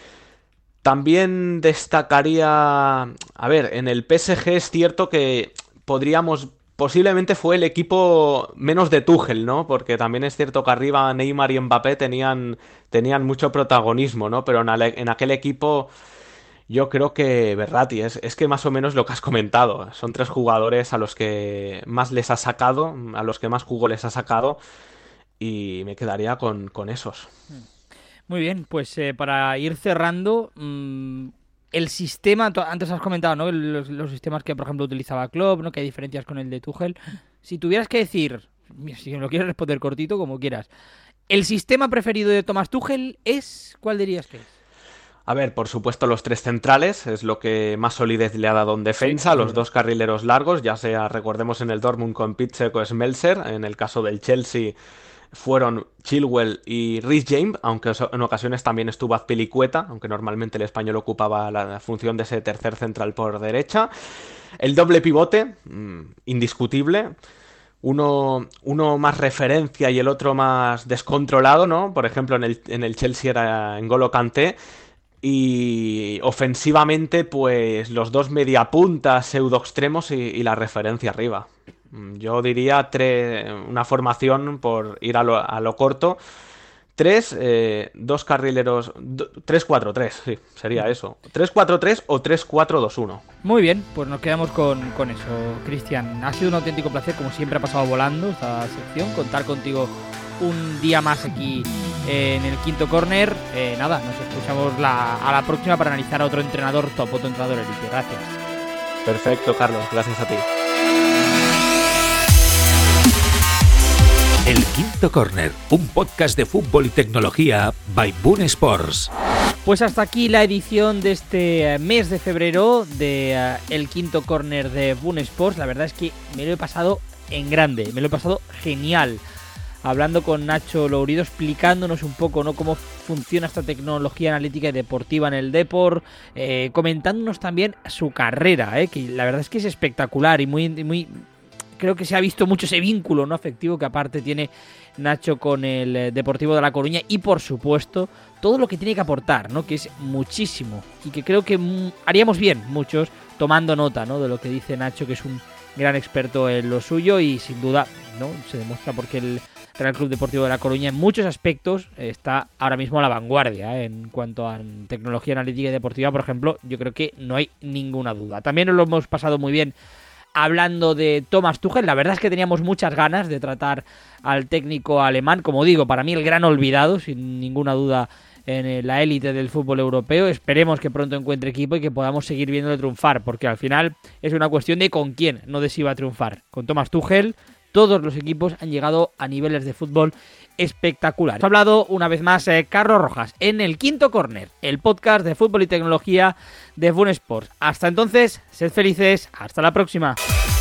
También destacaría, a ver, en el P S G es cierto que podríamos, posiblemente fue el equipo menos de Tuchel, ¿no? Porque también es cierto que arriba Neymar y Mbappé tenían, tenían mucho protagonismo, ¿no? Pero en, ale, en aquel equipo yo creo que Verratti, es, es que más o menos lo que has comentado, son tres jugadores a los que más les ha sacado, a los que más jugo les ha sacado, y me quedaría con, con esos. Muy bien, pues eh, para ir cerrando, mmm, el sistema, antes has comentado, ¿no?, los, los sistemas que, por ejemplo, utilizaba Klopp, ¿no?, que hay diferencias con el de Tuchel. Si tuvieras que decir, si me lo quieres responder cortito, como quieras, ¿el sistema preferido de Thomas Tuchel es? ¿Cuál dirías que es? A ver, por supuesto los tres centrales, es lo que más solidez le ha dado en defensa, sí, los sí. dos carrileros largos, ya sea, recordemos en el Dortmund con Piszczek o Schmelzer, en el caso del Chelsea fueron Chilwell y Reece James, aunque en ocasiones también estuvo Azpilicueta, aunque normalmente el español ocupaba la función de ese tercer central por derecha. El doble pivote, mmm, indiscutible, uno, uno más referencia y el otro más descontrolado, ¿no? Por ejemplo, en el, en el Chelsea era N'Golo Kanté. Y ofensivamente, pues los dos mediapuntas, pseudo extremos y, y la referencia arriba. Yo diría tres, una formación, por ir a lo, a lo corto, tres, eh, dos carrileros, tres cuatro tres, sí, sería eso. tres cuatro tres o tres cuatro dos uno. Muy bien, pues nos quedamos con, con eso, Cristian. Ha sido un auténtico placer, como siempre ha pasado volando esta sección, contar contigo un día más aquí en el Quinto Corner. Eh, nada, nos escuchamos la, a la próxima para analizar a otro entrenador top, otro entrenador élite. Gracias. Perfecto, Carlos. Gracias a ti. El Quinto Corner, un podcast de fútbol y tecnología by Boon Sports. Pues hasta aquí la edición de este mes de febrero de uh, El Quinto Corner de Boon Sports. La verdad es que me lo he pasado en grande, me lo he pasado genial. Hablando con Nacho Lourido, explicándonos un poco, ¿no?, cómo funciona esta tecnología analítica y deportiva en el Depor, eh, comentándonos también su carrera, eh, que la verdad es que es espectacular y muy... muy creo que se ha visto mucho ese vínculo, ¿no?, afectivo que aparte tiene Nacho con el Deportivo de La Coruña y, por supuesto, todo lo que tiene que aportar, ¿no?, que es muchísimo y que creo que mm, haríamos bien muchos tomando nota, ¿no?, de lo que dice Nacho, que es un gran experto en lo suyo y sin duda, ¿no?, se demuestra porque el Real Club Deportivo de La Coruña en muchos aspectos está ahora mismo a la vanguardia, ¿eh? En cuanto a tecnología analítica y deportiva, por ejemplo, yo creo que no hay ninguna duda. También nos lo hemos pasado muy bien hablando de Thomas Tuchel. La verdad es que teníamos muchas ganas de tratar al técnico alemán, como digo, para mí el gran olvidado, sin ninguna duda, en la élite del fútbol europeo. Esperemos que pronto encuentre equipo y que podamos seguir viéndole triunfar, porque al final es una cuestión de con quién, no de si va a triunfar. Con Thomas Tuchel todos los equipos han llegado a niveles de fútbol espectaculares. Ha hablado una vez más eh, Carlos Rojas en el Quinto Corner, el podcast de fútbol y tecnología de Boon Sports. Hasta entonces, sed felices, hasta la próxima.